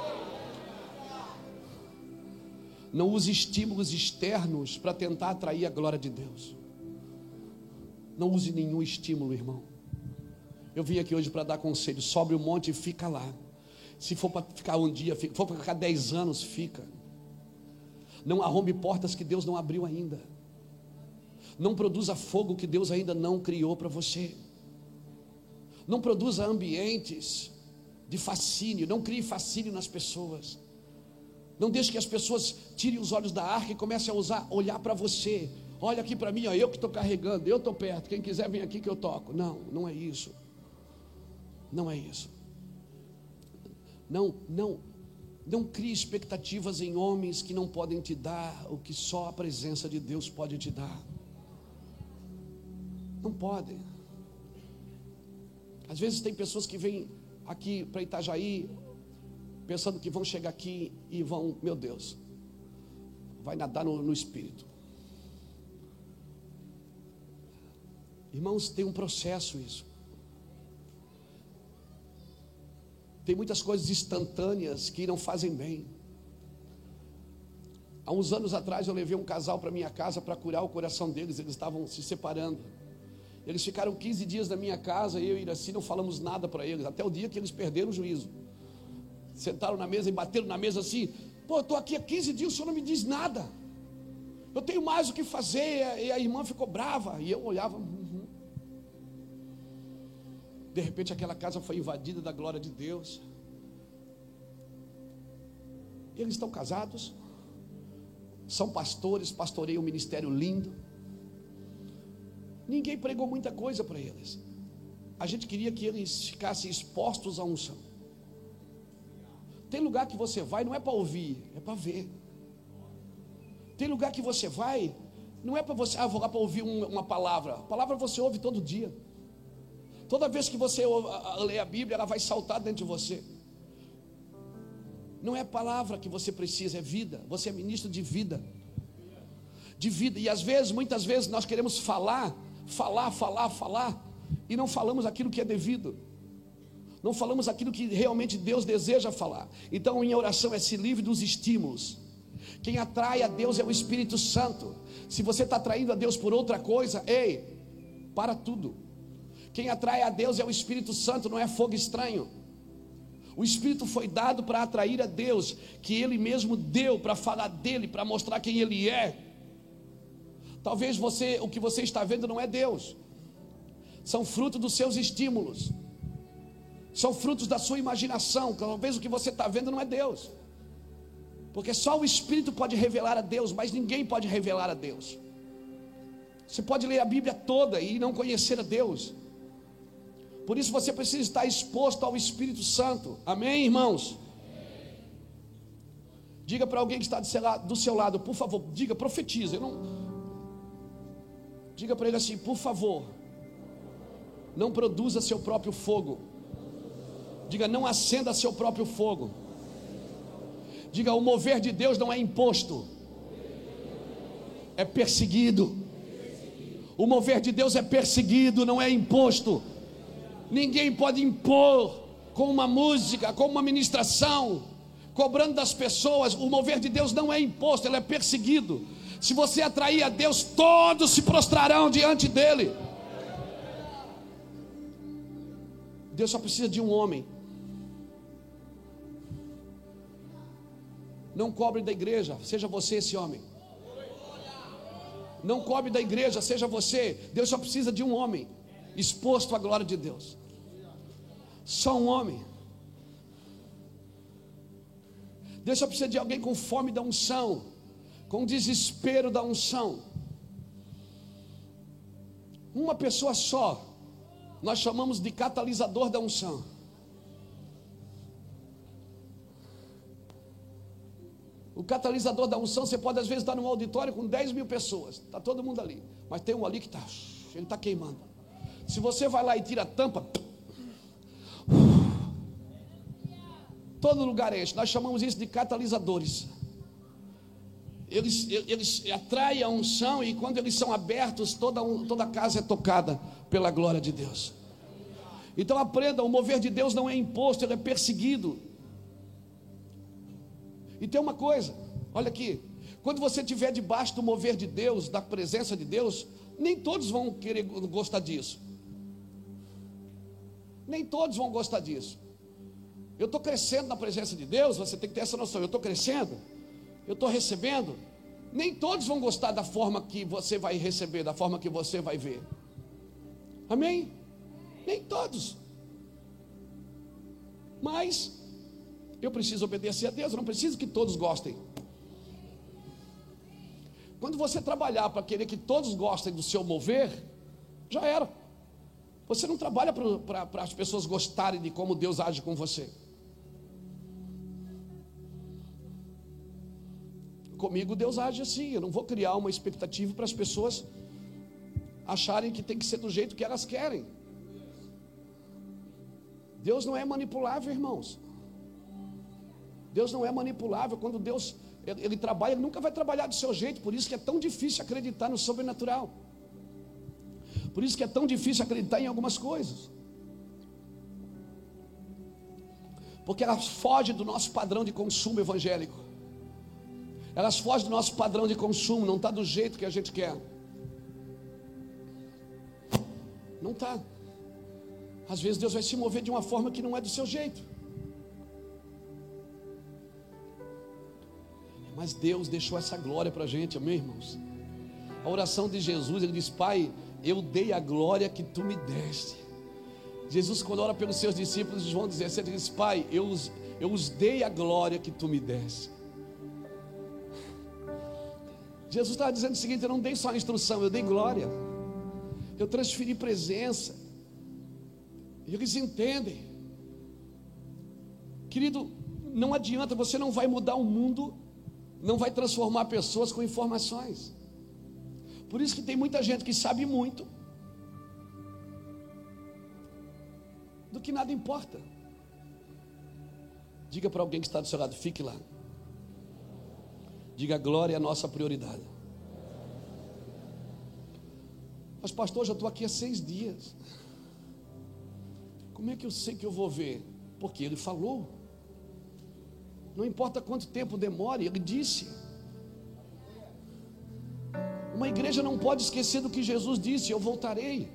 Não use estímulos externos para tentar atrair a glória de Deus. Não use nenhum estímulo, irmão. Eu vim aqui hoje para dar conselho. Sobe o monte e fica lá. Se for para ficar um dia, fica. Se for para ficar dez anos, fica. Não arrombe portas que Deus não abriu ainda. Não produza fogo que Deus ainda não criou para você. Não produza ambientes de fascínio. Não crie fascínio nas pessoas. Não deixe que as pessoas tirem os olhos da arca e comecem a usar, olhar para você. Olha aqui para mim, ó, eu que estou carregando, eu estou perto. Quem quiser vem aqui que eu toco. Não, não é isso. Não é isso. Não, não, não crie expectativas em homens que não podem te dar o que só a presença de Deus pode te dar. Não podem. Às vezes tem pessoas que vêm aqui para Itajaí pensando que vão chegar aqui e vão, meu Deus, vai nadar no, no Espírito. Irmãos, tem um processo isso. Tem muitas coisas instantâneas que não fazem bem. Há uns anos atrás eu levei um casal para minha casa para curar o coração deles. Eles estavam se separando. Eles ficaram quinze dias na minha casa. Eu e Iraci não falamos nada para eles, até o dia que eles perderam o juízo. Sentaram na mesa e bateram na mesa assim: pô, eu estou aqui há quinze dias, o senhor não me diz nada. Eu tenho mais o que fazer. E a irmã ficou brava. E eu olhava. Uhum. De repente aquela casa foi invadida da glória de Deus. Eles estão casados, são pastores, pastoreiam um ministério lindo. Ninguém pregou muita coisa para eles. A gente queria que eles ficassem expostos à unção. Tem lugar que você vai, não é para ouvir, é para ver. Tem lugar que você vai, não é para você, ah, vou lá para ouvir um, uma palavra. A palavra você ouve todo dia. Toda vez que você ouve, a, a, lê a Bíblia, ela vai saltar dentro de você. Não é palavra que você precisa, é vida. Você é ministro de vida. De vida. E às vezes, muitas vezes, nós queremos falar, falar, falar, falar, e não falamos aquilo que é devido. Não falamos aquilo que realmente Deus deseja falar. Então, minha oração é: se livre dos estímulos. Quem atrai a Deus é o Espírito Santo. Se você está atraindo a Deus por outra coisa, ei, para tudo. Quem atrai a Deus é o Espírito Santo, não é fogo estranho. O Espírito foi dado para atrair a Deus, que Ele mesmo deu para falar dele, para mostrar quem Ele é. Talvez você, o que você está vendo não é Deus. São frutos dos seus estímulos. São frutos da sua imaginação. Talvez o que você está vendo não é Deus. Porque só o Espírito pode revelar a Deus, mas ninguém pode revelar a Deus. Você pode ler a Bíblia toda e não conhecer a Deus. Por isso você precisa estar exposto ao Espírito Santo. Amém, irmãos? Diga para alguém que está do seu lado, por favor, diga, profetiza. Eu não... Diga para ele assim: por favor, não produza seu próprio fogo. Diga: não acenda seu próprio fogo. Diga: o mover de Deus não é imposto, é perseguido. O mover de Deus é perseguido, não é imposto. Ninguém pode impor com uma música, com uma ministração, cobrando das pessoas. O mover de Deus não é imposto, ele é perseguido. Se você atrair a Deus, todos se prostrarão diante dele. Deus só precisa de um homem. Não cobre da igreja, seja você esse homem. Não cobre da igreja, seja você. Deus só precisa de um homem exposto à glória de Deus. Só um homem. Deus só precisa de alguém com fome da unção, com desespero da unção. Uma pessoa só, nós chamamos de catalisador da unção. O catalisador da unção, você pode às vezes estar num auditório com dez mil pessoas, está todo mundo ali, mas tem um ali que está, ele está queimando. Se você vai lá e tira a tampa, todo lugar enche. Nós chamamos isso de catalisadores. Eles, eles atraem a unção, e quando eles são abertos, toda, toda a casa é tocada pela glória de Deus. Então aprenda: o mover de Deus não é imposto, ele é perseguido. E tem uma coisa, olha aqui: quando você estiver debaixo do mover de Deus, da presença de Deus, nem todos vão querer gostar disso. Nem todos vão gostar disso. Eu estou crescendo na presença de Deus, você tem que ter essa noção. Eu estou crescendo, eu estou recebendo. Nem todos vão gostar da forma que você vai receber, da forma que você vai ver. Amém? Nem todos. Mas eu preciso obedecer a Deus, eu não preciso que todos gostem. Quando você trabalhar para querer que todos gostem do seu mover, já era. Você não trabalha para as pessoas gostarem de como Deus age com você. Comigo Deus age assim. Eu não vou criar uma expectativa para as pessoas acharem que tem que ser do jeito que elas querem. Deus não é manipulável, irmãos. Deus não é manipulável. Quando Deus Ele, ele trabalha, ele nunca vai trabalhar do seu jeito. Por isso que é tão difícil acreditar no sobrenatural. Por isso que é tão difícil acreditar em algumas coisas. Porque elas fogem do nosso padrão de consumo evangélico. Elas fogem do nosso padrão de consumo. Não está do jeito que a gente quer. Não está. Às vezes Deus vai se mover de uma forma que não é do seu jeito. Mas Deus deixou essa glória para a gente, amém, irmãos? A oração de Jesus, ele diz: Pai, eu dei a glória que tu me deste. Jesus, quando ora pelos seus discípulos, João dezessete, ele diz: Pai, eu os, eu os dei a glória que tu me deste. Jesus estava dizendo o seguinte: eu não dei só a instrução, eu dei glória. Eu transferi presença. E eles entendem. Querido, não adianta, você não vai mudar o mundo, não vai transformar pessoas com informações. Por isso que tem muita gente que sabe muito, do que nada importa. Diga para alguém que está do seu lado: fique lá. Diga: glória é a nossa prioridade. Mas pastor, já estou aqui há seis dias. Como é que eu sei que eu vou ver? Porque ele falou. Não importa quanto tempo demore, ele disse. Uma igreja não pode esquecer do que Jesus disse: eu voltarei.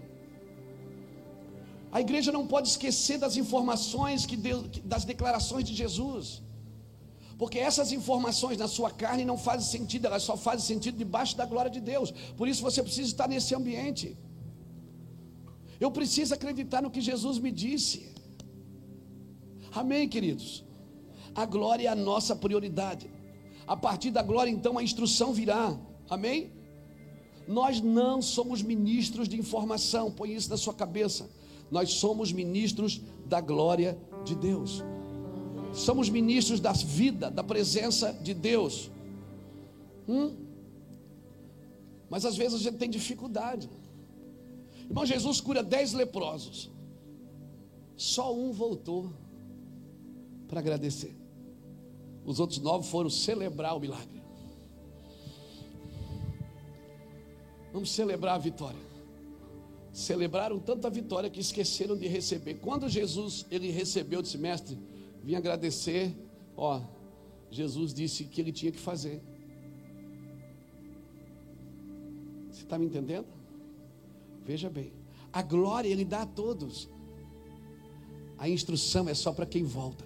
A igreja não pode esquecer das informações, que Deus, das declarações de Jesus. Porque essas informações na sua carne não fazem sentido, elas só fazem sentido debaixo da glória de Deus. Por isso você precisa estar nesse ambiente. Eu preciso acreditar no que Jesus me disse. Amém, queridos? A glória é a nossa prioridade. A partir da glória, então, a instrução virá. Amém? Nós não somos ministros de informação, põe isso na sua cabeça. Nós somos ministros da glória de Deus. Somos ministros da vida, da presença de Deus. Hum? Mas às vezes a gente tem dificuldade. Irmão, Jesus cura dez leprosos. Só um voltou para agradecer. Os outros nove foram celebrar o milagre. Vamos celebrar a vitória. Celebraram tanta vitória que esqueceram de receber. Quando Jesus ele recebeu, disse: mestre, vim agradecer. Ó, Jesus disse que ele tinha que fazer. Você está me entendendo? Veja bem, a glória ele dá a todos. A instrução é só para quem volta.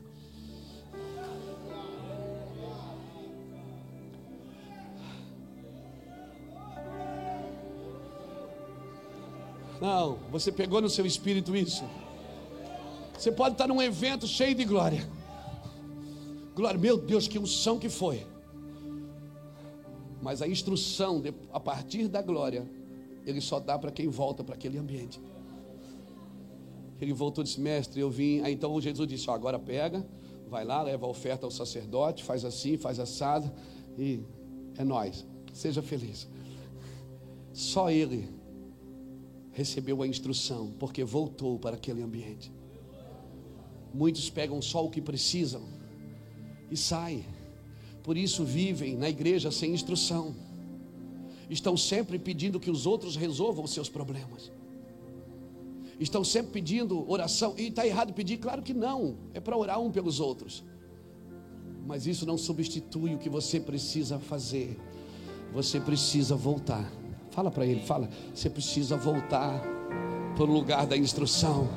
Não, você pegou no seu espírito isso. Você pode estar num evento cheio de glória. Glória, meu Deus, que unção que foi. Mas a instrução de, a partir da glória, ele só dá para quem volta para aquele ambiente. Ele voltou e disse: mestre, eu vim. Aí então Jesus disse: ó, agora pega, vai lá, leva a oferta ao sacerdote, faz assim, faz assado, e é nóis, seja feliz. Só ele recebeu a instrução, porque voltou para aquele ambiente. Muitos pegam só o que precisam e saem. Por isso vivem na igreja sem instrução. Estão sempre pedindo que os outros resolvam os seus problemas. Estão sempre pedindo oração. E está errado pedir? Claro que não. É para orar um pelos outros. Mas isso não substitui o que você precisa fazer. Você precisa voltar. Fala para ele, fala. Você precisa voltar para o lugar da instrução.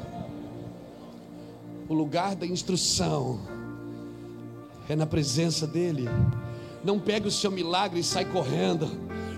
O lugar da instrução é na presença dele. Não pegue o seu milagre e sai correndo.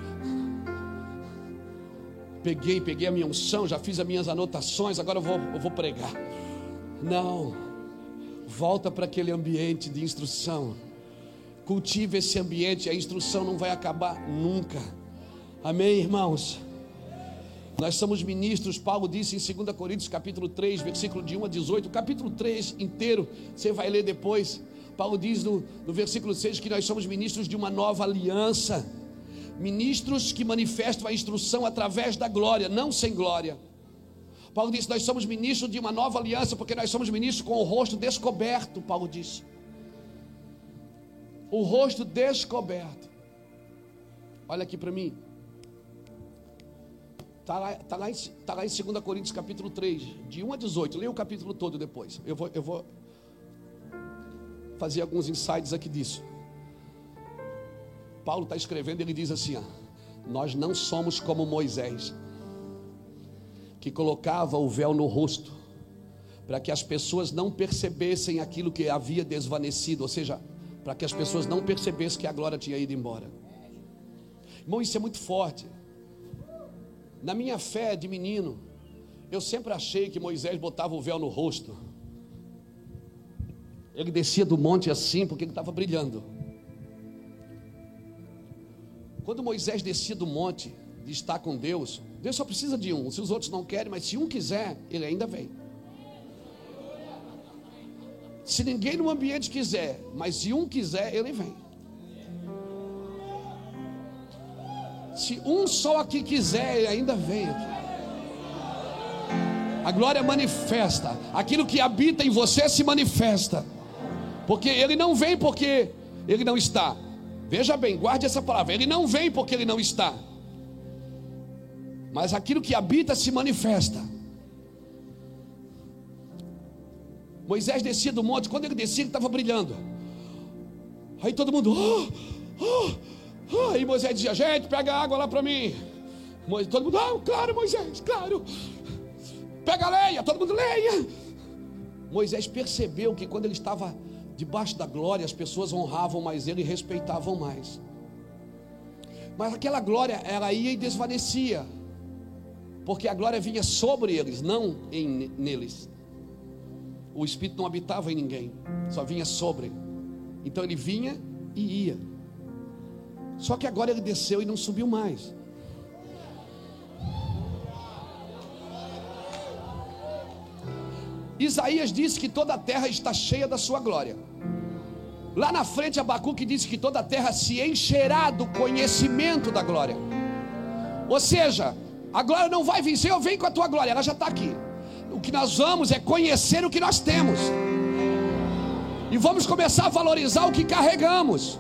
Peguei, peguei a minha unção, já fiz as minhas anotações, agora eu vou, eu vou pregar. Não. Volta para aquele ambiente de instrução. Cultive esse ambiente, a instrução não vai acabar nunca. Amém, irmãos? Nós somos ministros. Paulo disse em dois Coríntios capítulo três, versículo de um a dezoito, o capítulo três inteiro, você vai ler depois. Paulo diz no, no versículo seis que nós somos ministros de uma nova aliança. Ministros que manifestam a instrução através da glória, não sem glória. Paulo disse: nós somos ministros de uma nova aliança, porque nós somos ministros com o rosto descoberto. Paulo disse: o rosto descoberto. Olha aqui para mim. Está lá, tá lá, tá lá em dois Coríntios capítulo três, de um a dezoito. Leia o capítulo todo depois. Eu vou, eu vou fazer alguns insights aqui disso. Paulo está escrevendo, ele diz assim, ó, nós não somos como Moisés, que colocava o véu no rosto, para que as pessoas não percebessem aquilo que havia desvanecido, ou seja, para que as pessoas não percebessem que a glória tinha ido embora. Irmão, isso é muito forte. Na minha fé de menino, eu sempre achei que Moisés botava o véu no rosto. Ele descia do monte assim, porque ele estava brilhando. Quando Moisés descia do monte, de estar com Deus, Deus só precisa de um. Se os outros não querem, mas se um quiser, ele ainda vem. Se ninguém no ambiente quiser, mas se um quiser, ele vem. Se um só aqui quiser, ele ainda vem aqui. A glória manifesta. Aquilo que habita em você se manifesta. Porque ele não vem porque ele não está. Veja bem, guarde essa palavra. Ele não vem porque ele não está. Mas aquilo que habita se manifesta. Moisés descia do monte. Quando ele descia, ele estava brilhando. Aí todo mundo oh, oh, oh. Aí Moisés dizia, gente, pega água lá para mim. Todo mundo, ah, claro Moisés, claro. Pega a lenha, todo mundo lenha. Moisés percebeu que quando ele estava debaixo da glória, as pessoas honravam mais ele e respeitavam mais. Mas aquela glória, ela ia e desvanecia, porque a glória vinha sobre eles, não em, neles. O Espírito não habitava em ninguém, só vinha sobre. Então ele vinha e ia. Só que agora ele desceu e não subiu mais. Isaías disse que toda a terra está cheia da sua glória. Lá na frente Abacuque disse que toda a terra se encherá do conhecimento da glória. Ou seja, a glória não vai vir, Senhor, vem com a tua glória, ela já está aqui. O que nós vamos é conhecer o que nós temos. E vamos começar a valorizar o que carregamos.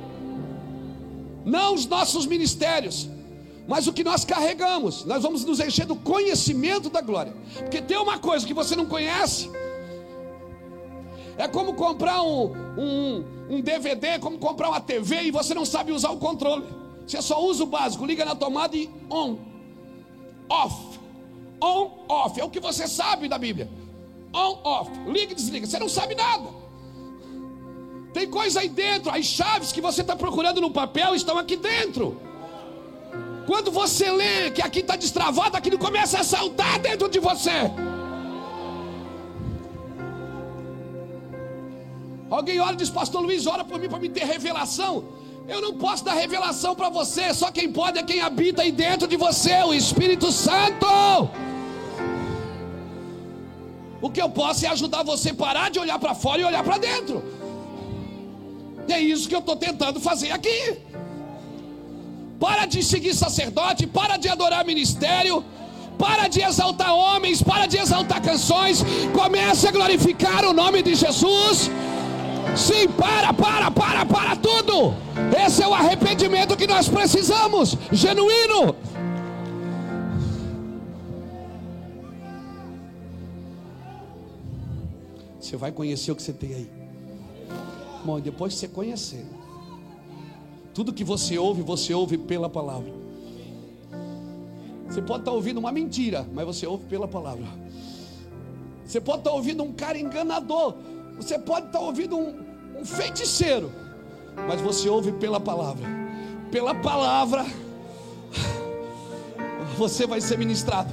Não os nossos ministérios, mas o que nós carregamos. Nós vamos nos encher do conhecimento da glória. Porque tem uma coisa que você não conhece. É como comprar um, um, um D V D, como comprar uma T V e você não sabe usar o controle. Você só usa o básico, liga na tomada e on, off, on, off. É o que você sabe da Bíblia. On, off, liga e desliga. Você não sabe nada. Tem coisa aí dentro. As chaves que você está procurando no papel estão aqui dentro. Quando você lê que aqui está destravado, aquilo começa a saltar dentro de você. Alguém olha e diz, pastor Luiz, ora por mim para me ter revelação. Eu não posso dar revelação para você. Só quem pode é quem habita aí dentro de você, o Espírito Santo. O que eu posso é ajudar você a parar de olhar para fora e olhar para dentro. E é isso que eu estou tentando fazer aqui. Para de seguir sacerdote, para de adorar ministério, para de exaltar homens, para de exaltar canções. Comece a glorificar o nome de Jesus. Sim, para, para, para, para tudo. Esse é o arrependimento que nós precisamos, genuíno. Você vai conhecer o que você tem aí. Bom, depois que você conhecer, tudo que você ouve, você ouve pela palavra. Você pode estar ouvindo uma mentira, mas você ouve pela palavra. Você pode estar ouvindo um cara enganador. Você pode estar ouvindo um, um feiticeiro, mas você ouve pela palavra. Pela palavra você vai ser ministrado.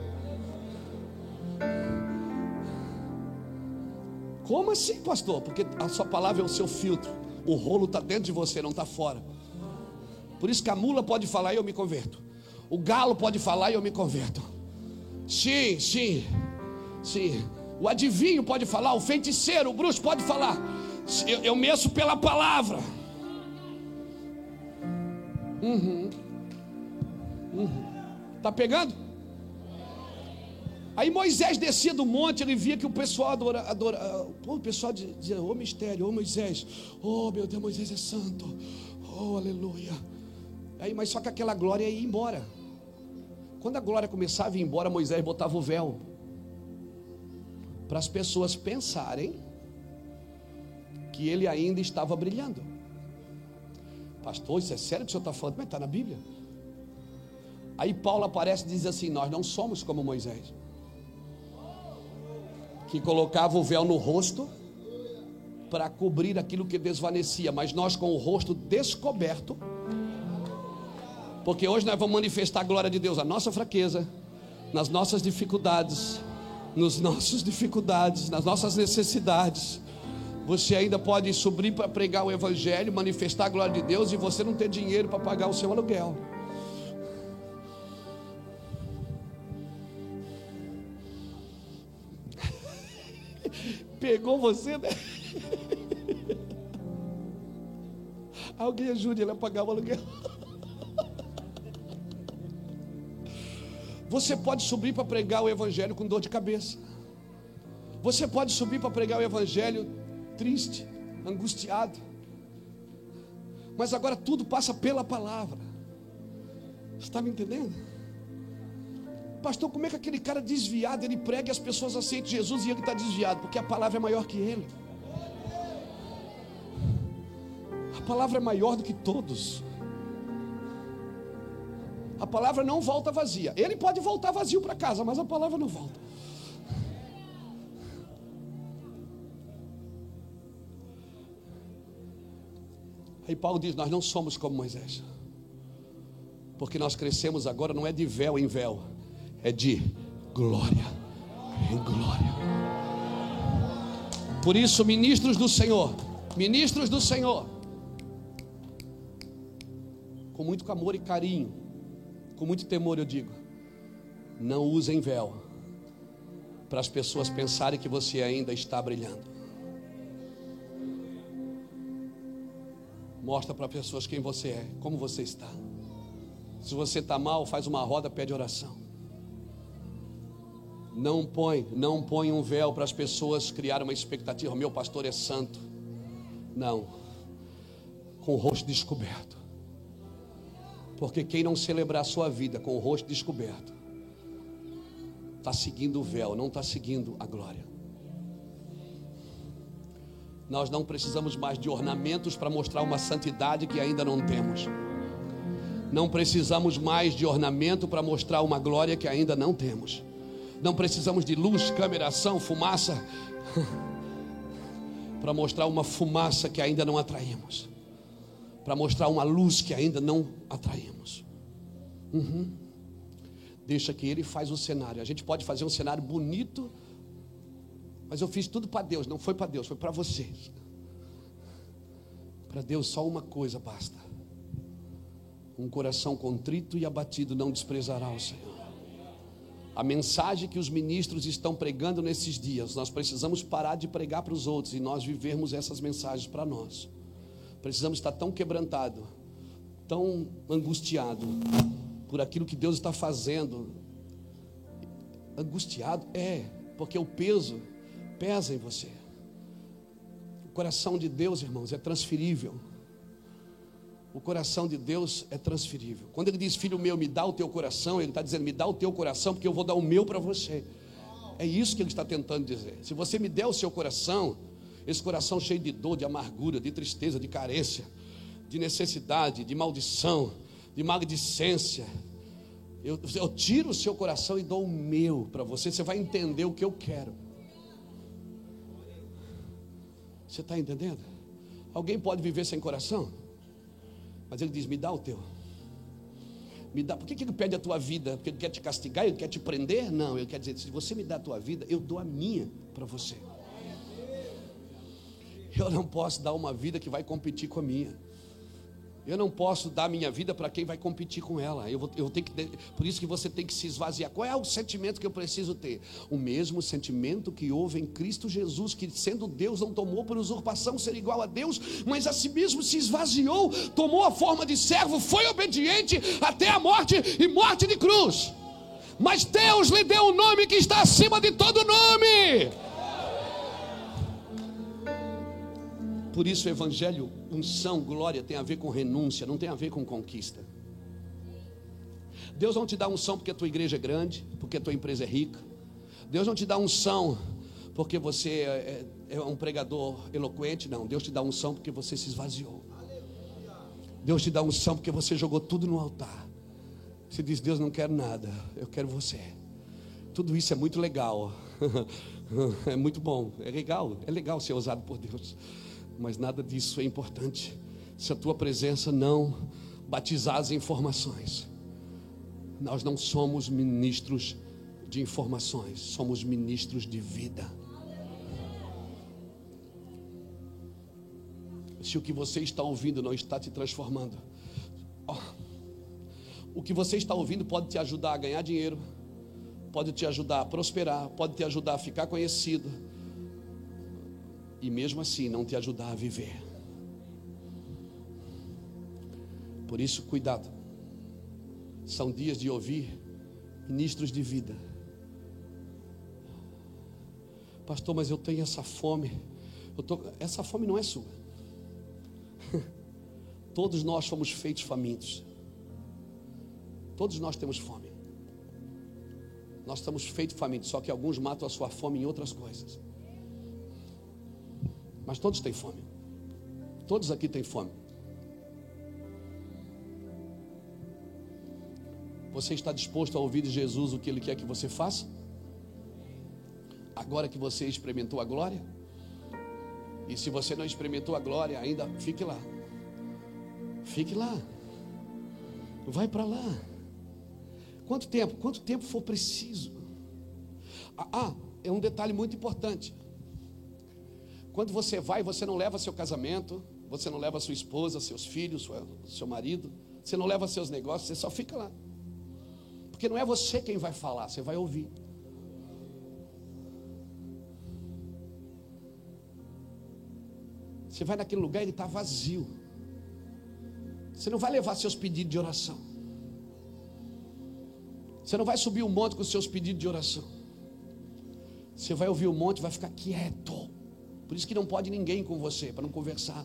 Como assim, pastor? Porque a sua palavra é o seu filtro. O rolo está dentro de você, não está fora. Por isso que a mula pode falar e eu me converto. O galo pode falar e eu me converto. Sim, sim, sim. O adivinho pode falar, o feiticeiro, o bruxo pode falar. Eu, eu meço pela palavra. Uhum. Uhum. Tá pegando? Aí Moisés descia do monte, ele via que o pessoal adora, adora, pô, o pessoal dizia, ô mistério, ô Moisés, oh meu Deus, Moisés é santo, oh aleluia. Aí, mas só que aquela glória ia embora. Quando a glória começava a ir embora, Moisés botava o véu, para as pessoas pensarem que ele ainda estava brilhando. Pastor, isso é sério que o senhor está falando? Mas está na Bíblia. Aí Paulo aparece e diz assim: nós não somos como Moisés, que colocava o véu no rosto para cobrir aquilo que desvanecia, mas nós com o rosto descoberto, porque hoje nós vamos manifestar a glória de Deus, a nossa fraqueza, nas nossas dificuldades, nos nossos dificuldades, nas nossas necessidades. Você ainda pode subir para pregar o evangelho, manifestar a glória de Deus, e você não ter dinheiro para pagar o seu aluguel. Pegou você, né? Alguém ajude ele a pagar o aluguel. Você pode subir para pregar o evangelho com dor de cabeça. Você pode subir para pregar o evangelho triste, angustiado. Mas agora tudo passa pela palavra. Você está me entendendo? Pastor, como é que aquele cara desviado, ele prega e as pessoas aceitam Jesus e ele está desviado? Porque a palavra é maior que ele. A palavra é maior do que todos. A palavra não volta vazia. Ele pode voltar vazio para casa, mas a palavra não volta. Aí Paulo diz: nós não somos como Moisés, porque nós crescemos agora não é de véu em véu, é de glória em glória. Por isso, ministros do Senhor, ministros do Senhor, com muito amor e carinho, com muito temor eu digo, não usem véu para as pessoas pensarem que você ainda está brilhando. Mostra para pessoas quem você é, como você está. Se você está mal, faz uma roda, pede oração. Não põe, não põe um véu para as pessoas criarem uma expectativa. Meu pastor é santo. Não, com o rosto descoberto. Porque quem não celebrar a sua vida com o rosto descoberto, está seguindo o véu, não está seguindo a glória. Nós não precisamos mais de ornamentos para mostrar uma santidade que ainda não temos. Não precisamos mais de ornamento para mostrar uma glória que ainda não temos. Não precisamos de luz, câmera, ação, fumaça para mostrar uma fumaça que ainda não atraímos, para mostrar uma luz que ainda não atraímos. Uhum. Deixa que Ele faz o cenário. A gente pode fazer um cenário bonito, mas eu fiz tudo para Deus. Não foi para Deus, foi para vocês. Para Deus só uma coisa basta: um coração contrito e abatido não desprezará o Senhor. A mensagem que os ministros estão pregando nesses dias, nós precisamos parar de pregar para os outros e nós vivermos essas mensagens para nós. Precisamos estar tão quebrantado, tão angustiado por aquilo que Deus está fazendo. Angustiado é, porque o peso pesa em você. O coração de Deus, irmãos, é transferível. O coração de Deus é transferível. Quando Ele diz: filho meu, me dá o teu coração, Ele está dizendo: me dá o teu coração, porque eu vou dar o meu para você. É isso que Ele está tentando dizer. Se você me der o seu coração, esse coração cheio de dor, de amargura, de tristeza, de carência, de necessidade, de maldição, de maledicência, eu, eu tiro o seu coração e dou o meu para você. Você vai entender o que eu quero. Você está entendendo? Alguém pode viver sem coração? Mas Ele diz: me dá o teu. Me dá. Por que, que Ele pede a tua vida? Porque Ele quer te castigar? Ele quer te prender? Não, Ele quer dizer: se você me dá a tua vida, eu dou a minha para você. Eu não posso dar uma vida que vai competir com a minha. Eu não posso dar a minha vida para quem vai competir com ela. Eu vou, eu tenho que, por isso que você tem que se esvaziar. Qual é o sentimento que eu preciso ter? O mesmo sentimento que houve em Cristo Jesus, que sendo Deus não tomou por usurpação ser igual a Deus, mas a si mesmo se esvaziou, tomou a forma de servo, foi obediente até a morte e morte de cruz. Mas Deus lhe deu um nome que está acima de todo nome. Por isso o evangelho, unção, glória tem a ver com renúncia, não tem a ver com conquista. Deus não te dá unção porque a tua igreja é grande, porque a tua empresa é rica. Deus não te dá unção porque você é, é um pregador eloquente. Não, Deus te dá unção porque você se esvaziou. Deus te dá unção porque você jogou tudo no altar. Você diz: Deus, não quero nada, eu quero você. Tudo isso é muito legal. É muito bom, é legal, é legal ser usado por Deus. Mas nada disso é importante se a tua presença não batizar as informações. Nós não somos ministros de informações, somos ministros de vida. Se o que você está ouvindo não está te transformando, oh, o que você está ouvindo pode te ajudar a ganhar dinheiro, pode te ajudar a prosperar, pode te ajudar a ficar conhecido, e mesmo assim não te ajudar a viver. Por isso, cuidado. São dias de ouvir ministros de vida. Pastor, mas eu tenho essa fome. Eu tô... Essa fome não é sua. Todos nós fomos feitos famintos. Todos nós temos fome. Nós estamos feitos famintos, só que alguns matam a sua fome em outras coisas. Mas todos têm fome. Todos aqui têm fome. Você está disposto a ouvir de Jesus o que Ele quer que você faça? Agora que você experimentou a glória? E se você não experimentou a glória ainda, fique lá. Fique lá. Vai para lá. Quanto tempo? Quanto tempo for preciso. Ah, ah, é um detalhe muito importante. Quando você vai, você não leva seu casamento, você não leva sua esposa, seus filhos, seu marido, você não leva seus negócios, você só fica lá. Porque não é você quem vai falar, você vai ouvir. Você vai naquele lugar e ele está vazio. Você não vai levar seus pedidos de oração. Você não vai subir o monte com seus pedidos de oração. Você vai ouvir o monte e vai ficar quieto. Por isso que não pode ninguém com você, para não conversar,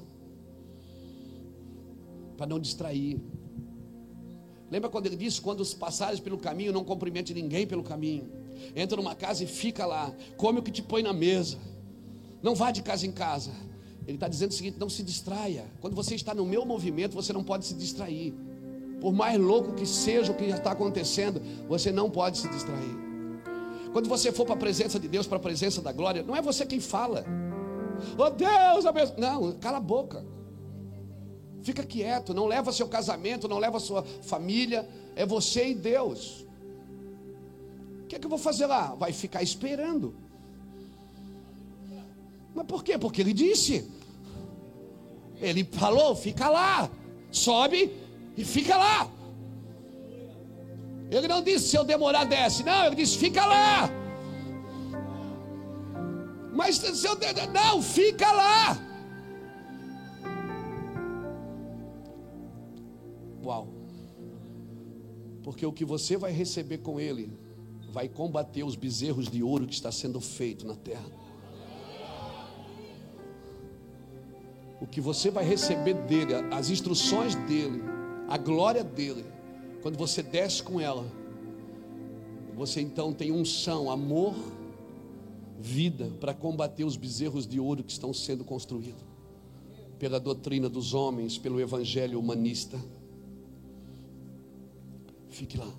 para não distrair. Lembra quando ele disse: quando passares pelo caminho, não cumprimente ninguém pelo caminho. Entra numa casa e fica lá, come o que te põe na mesa, não vá de casa em casa. Ele está dizendo o seguinte: não se distraia. Quando você está no meu movimento, você não pode se distrair. Por mais louco que seja o que já está acontecendo, você não pode se distrair. Quando você for para a presença de Deus, para a presença da glória, não é você quem fala. Oh Deus, abençoe. Não, cala a boca. Fica quieto, não leva seu casamento, não leva sua família, é você e Deus. O que é que eu vou fazer lá? Vai ficar esperando. Mas por quê? Porque ele disse. Ele falou: fica lá, sobe e fica lá. Ele não disse: se eu demorar, desce. Não, ele disse: fica lá. Mas se eu... Não, fica lá. Uau. Porque o que você vai receber com ele vai combater os bezerros de ouro que está sendo feito na terra. O que você vai receber dele, as instruções dele, a glória dele, quando você desce com ela, você então tem unção, amor, vida para combater os bezerros de ouro que estão sendo construídos pela doutrina dos homens, pelo evangelho humanista. Fique lá.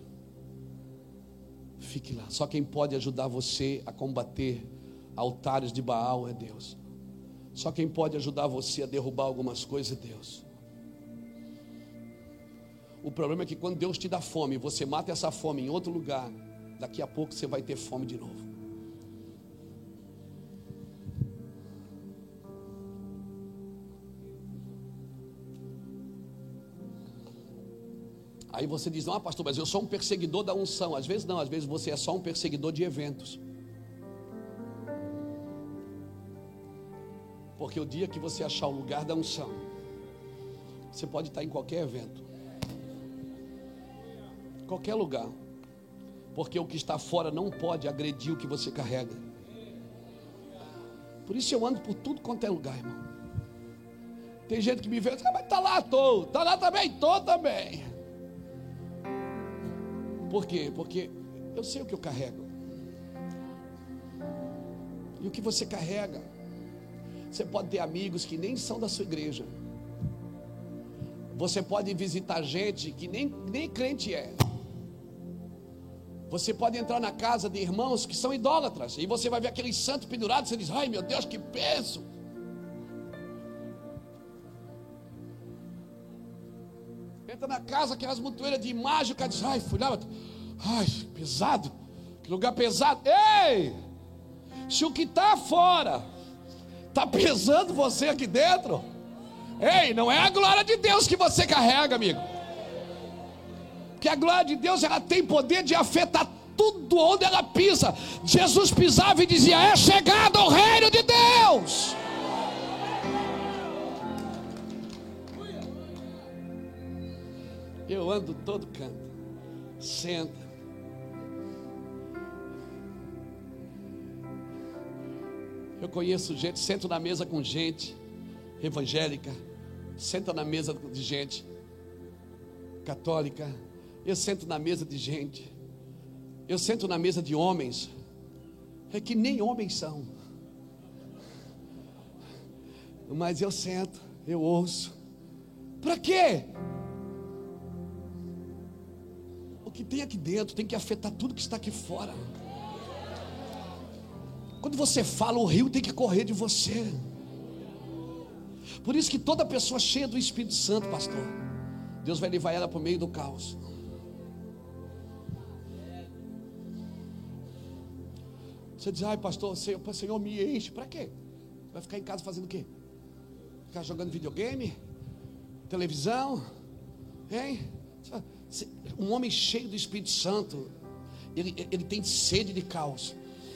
Fique lá. Só quem pode ajudar você a combater altares de Baal é Deus. Só quem pode ajudar você a derrubar algumas coisas é Deus. O problema é que quando Deus te dá fome, você mata essa fome em outro lugar, daqui a pouco você vai ter fome de novo. Aí você diz: não, ah, pastor, mas eu sou um perseguidor da unção. Às vezes não, às vezes você é só um perseguidor de eventos. Porque o dia que você achar o lugar da unção, você pode estar em qualquer evento, qualquer lugar. Porque o que está fora não pode agredir o que você carrega. Por isso eu ando por tudo quanto é lugar, irmão. Tem gente que me vê, ah, mas tá lá, tô, tá lá também, tô também. Por quê? Porque eu sei o que eu carrego. E o que você carrega, você pode ter amigos que nem são da sua igreja. Você pode visitar gente que nem, nem crente é. Você pode entrar na casa de irmãos que são idólatras, e você vai ver aqueles santos pendurados, e você diz, ai meu Deus, que peso. Entra na casa, aquelas montoeiras de imagem, o cara diz, ai, fui lá, ai, pesado, que lugar pesado. Ei, se o que está fora está pesando você aqui dentro, ei, não é a glória de Deus que você carrega, amigo. Porque a glória de Deus, ela tem poder de afetar tudo onde ela pisa. Jesus pisava e dizia, é chegado o reino de Deus. Eu ando todo canto. Senta. Eu conheço gente, sento na mesa com gente evangélica, senta na mesa de gente católica, eu sento na mesa de gente, eu sento na mesa de homens, é que nem homens são, mas eu sento, eu ouço. Para quê? O que tem aqui dentro tem que afetar tudo que está aqui fora. Quando você fala, o rio tem que correr de você. Por isso que toda pessoa cheia do Espírito Santo, pastor, Deus vai levar ela para o meio do caos. Você diz, ai pastor, Senhor, Senhor me enche. Para quê? Vai ficar em casa fazendo o quê? Ficar jogando videogame? Televisão? Hein? Um homem cheio do Espírito Santo, ele, ele tem sede de caos.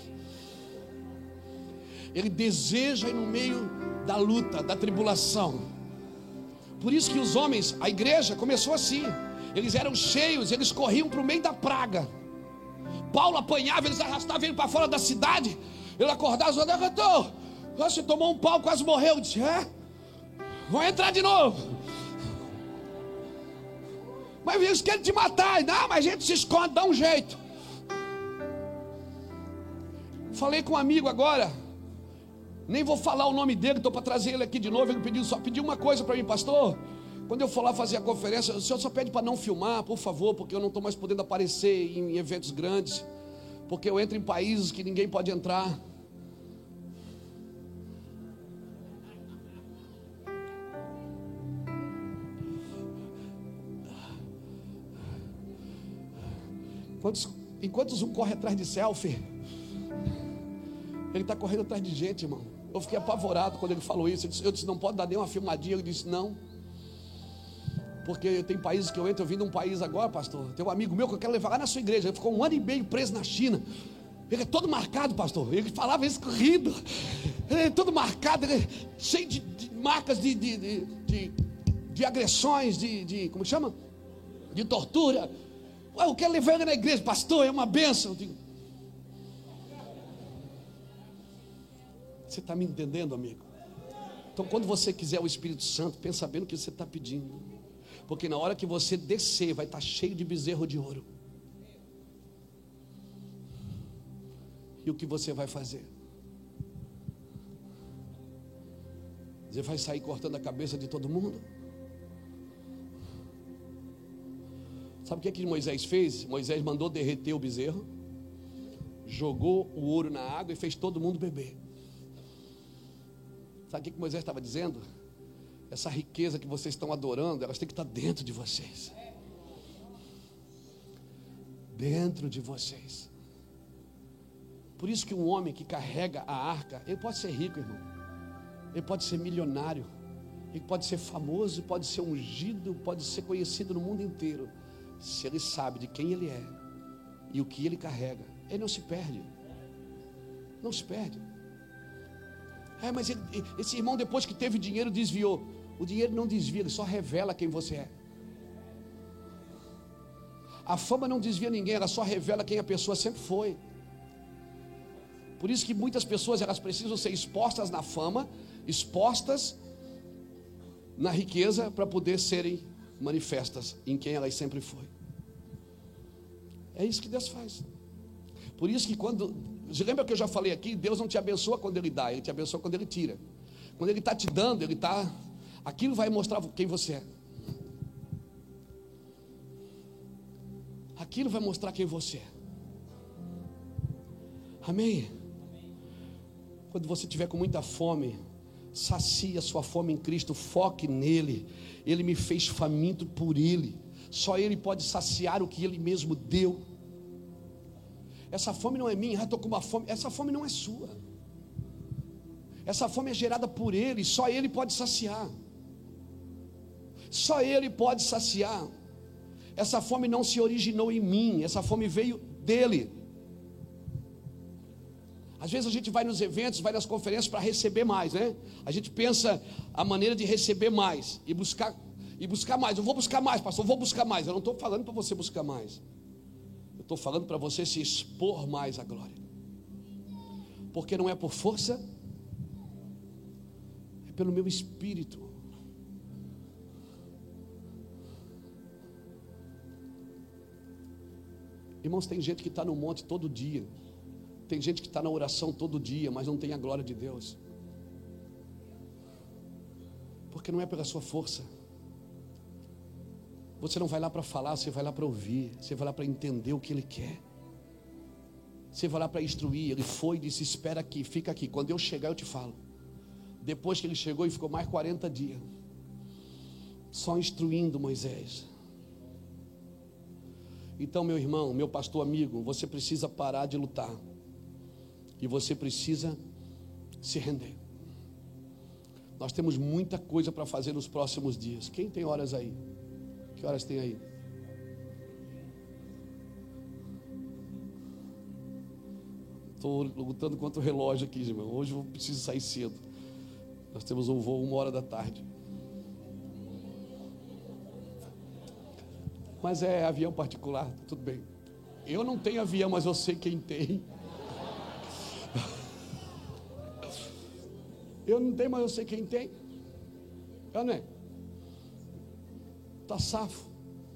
Ele deseja ir no meio da luta, da tribulação. Por isso que os homens, a igreja começou assim. Eles eram cheios, eles corriam para o meio da praga. Paulo apanhava, eles arrastavam ele para fora da cidade. Ele acordava, cantou. Você tomou um pau, quase morreu. Disse, é? Vão entrar de novo. Mas eles querem te matar. Não, mas a gente se esconde, dá um jeito. Falei com um amigo agora. Nem vou falar o nome dele, estou para trazer ele aqui de novo. Ele pediu, só pediu uma coisa para mim, pastor. Quando eu for lá fazer a conferência, o senhor só pede para não filmar, por favor, porque eu não estou mais podendo aparecer em eventos grandes, porque eu entro em países que ninguém pode entrar. Quantos, enquanto um corre atrás de selfie, ele está correndo atrás de gente, irmão. Eu fiquei apavorado quando ele falou isso. Eu disse, eu disse, não pode dar nem uma filmadinha. Ele disse, não. Porque tem países que eu entro, eu vim de um país agora, pastor. Tem um amigo meu que eu quero levar lá na sua igreja. Ele ficou um ano e meio preso na China. Ele é todo marcado, pastor. Ele falava isso rindo. Ele é todo marcado, ele é cheio de, de marcas de, de, de, de, de agressões, de, de, como chama? De tortura. Ué, eu quero levar ele na igreja, pastor, é uma bênção. Eu digo, você está me entendendo, amigo? Então, quando você quiser o Espírito Santo, pensa bem no que você está pedindo. Porque na hora que você descer, vai estar cheio de bezerro de ouro. E o que você vai fazer? Você vai sair cortando a cabeça de todo mundo? Sabe o que é que Moisés fez? Moisés mandou derreter o bezerro, jogou o ouro na água e fez todo mundo beber. Sabe o que, que Moisés estava dizendo? Essa riqueza que vocês estão adorando, elas têm que estar dentro de vocês. Dentro de vocês. Por isso que um homem que carrega a arca, ele pode ser rico, irmão. Ele pode ser milionário. Ele pode ser famoso, pode ser ungido, pode ser conhecido no mundo inteiro. Se ele sabe de quem ele é e o que ele carrega, ele não se perde. Não se perde. É, mas ele, esse irmão, depois que teve dinheiro, desviou. O dinheiro não desvia, ele só revela quem você é. A fama não desvia ninguém, ela só revela quem a pessoa sempre foi. Por isso que muitas pessoas, elas precisam ser expostas na fama, expostas na riqueza, para poder serem manifestas em quem elas sempre foi. É isso que Deus faz. Por isso que quando, lembra que eu já falei aqui, Deus não te abençoa quando Ele dá, Ele te abençoa quando Ele tira. Quando Ele está te dando, Ele está, aquilo vai mostrar quem você é. Aquilo vai mostrar quem você é. Amém? Quando você estiver com muita fome, sacie a sua fome em Cristo, foque nele. Ele me fez faminto por Ele. Só Ele pode saciar o que Ele mesmo deu. Essa fome não é minha, ah, estou com uma fome. Essa fome não é sua. Essa fome é gerada por Ele. Só Ele pode saciar. Só Ele pode saciar. Essa fome não se originou em mim. Essa fome veio dEle. Às vezes a gente vai nos eventos, vai nas conferências para receber mais, né? A gente pensa a maneira de receber mais e buscar, e buscar mais. Eu vou buscar mais, pastor, eu vou buscar mais. Eu não estou falando para você buscar mais. Eu estou falando para você se expor mais à glória. Porque não é por força, é pelo meu espírito. Irmãos, tem gente que está no monte todo dia. Tem gente que está na oração todo dia, mas não tem a glória de Deus. Porque não é pela sua força. Você não vai lá para falar, você vai lá para ouvir. Você vai lá para entender o que Ele quer. Você vai lá para instruir. Ele foi e disse, espera aqui, fica aqui. Quando eu chegar eu te falo. Depois que ele chegou e ficou mais quarenta dias, só instruindo Moisés. Então, meu irmão, meu pastor amigo, você precisa parar de lutar. E você precisa se render. Nós temos muita coisa para fazer nos próximos dias. Quem tem horas aí? Que horas tem aí? Estou lutando contra o relógio aqui, irmão. Hoje eu preciso sair cedo. Nós temos um voo uma hora da tarde. Mas é avião particular, tudo bem. Eu não tenho avião, mas eu sei quem tem. Eu não tenho, mas eu sei quem tem. Eu não é? Está safo.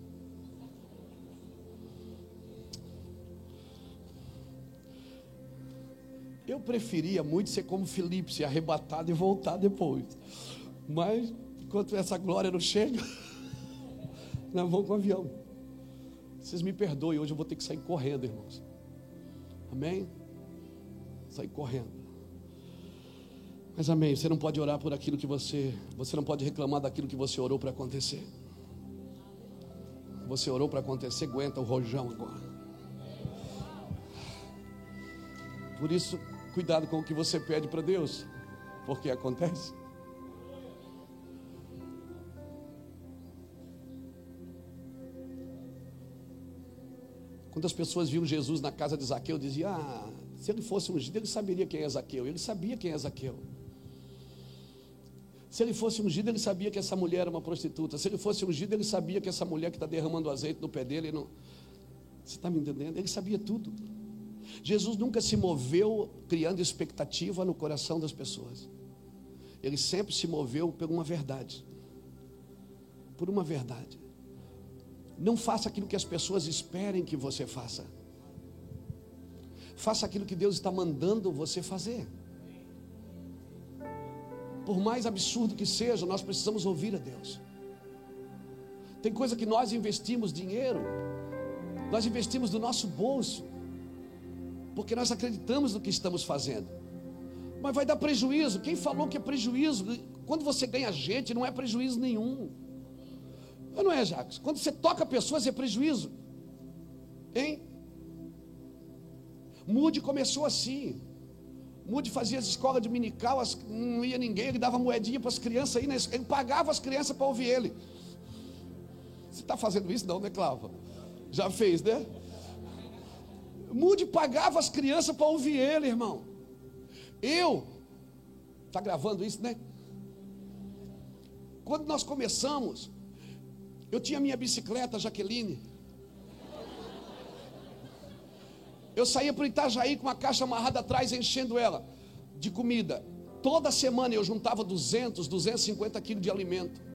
Eu preferia muito ser como Filipe, ser arrebatado e voltar depois. Mas, enquanto essa glória não chega, nós vamos com o avião. Vocês me perdoem, hoje eu vou ter que sair correndo, irmãos. Amém? Sair correndo. Mas amém, você não pode orar por aquilo que você... Você não pode reclamar daquilo que você orou para acontecer. Você orou para acontecer, aguenta o rojão agora. Por isso, cuidado com o que você pede para Deus, porque acontece. Quando as pessoas viam Jesus na casa de Zaqueu, diziam, ah, se ele fosse ungido, ele saberia quem é Zaqueu. Ele sabia quem é Zaqueu. Se ele fosse ungido, ele sabia que essa mulher era uma prostituta. Se ele fosse ungido, ele sabia que essa mulher que está derramando azeite no pé dele, não... Você está me entendendo? Ele sabia tudo. Jesus nunca se moveu criando expectativa no coração das pessoas. Ele sempre se moveu por uma verdade. Por uma verdade. Não faça aquilo que as pessoas esperem que você faça. Faça aquilo que Deus está mandando você fazer. Por mais absurdo que seja, nós precisamos ouvir a Deus. Tem coisa que nós investimos dinheiro, nós investimos do nosso bolso, porque nós acreditamos no que estamos fazendo. Mas vai dar prejuízo. Quem falou que é prejuízo? Quando você ganha gente, não é prejuízo nenhum. Não é, Jacques? Quando você toca pessoas, é prejuízo. Hein? Mude começou assim. Mude fazia as escolas dominical, as, não ia ninguém, ele dava moedinha para as crianças aí, ele pagava as crianças para ouvir ele. Você está fazendo isso? Não, né, Cláudia? Já fez, né? Mude pagava as crianças para ouvir ele, irmão. Eu, está gravando isso, né? Quando nós começamos, eu tinha minha bicicleta, Jaqueline. Eu saía para o Itajaí com uma caixa amarrada atrás, enchendo ela de comida. Toda semana eu juntava duzentos, duzentos e cinquenta quilos de alimento.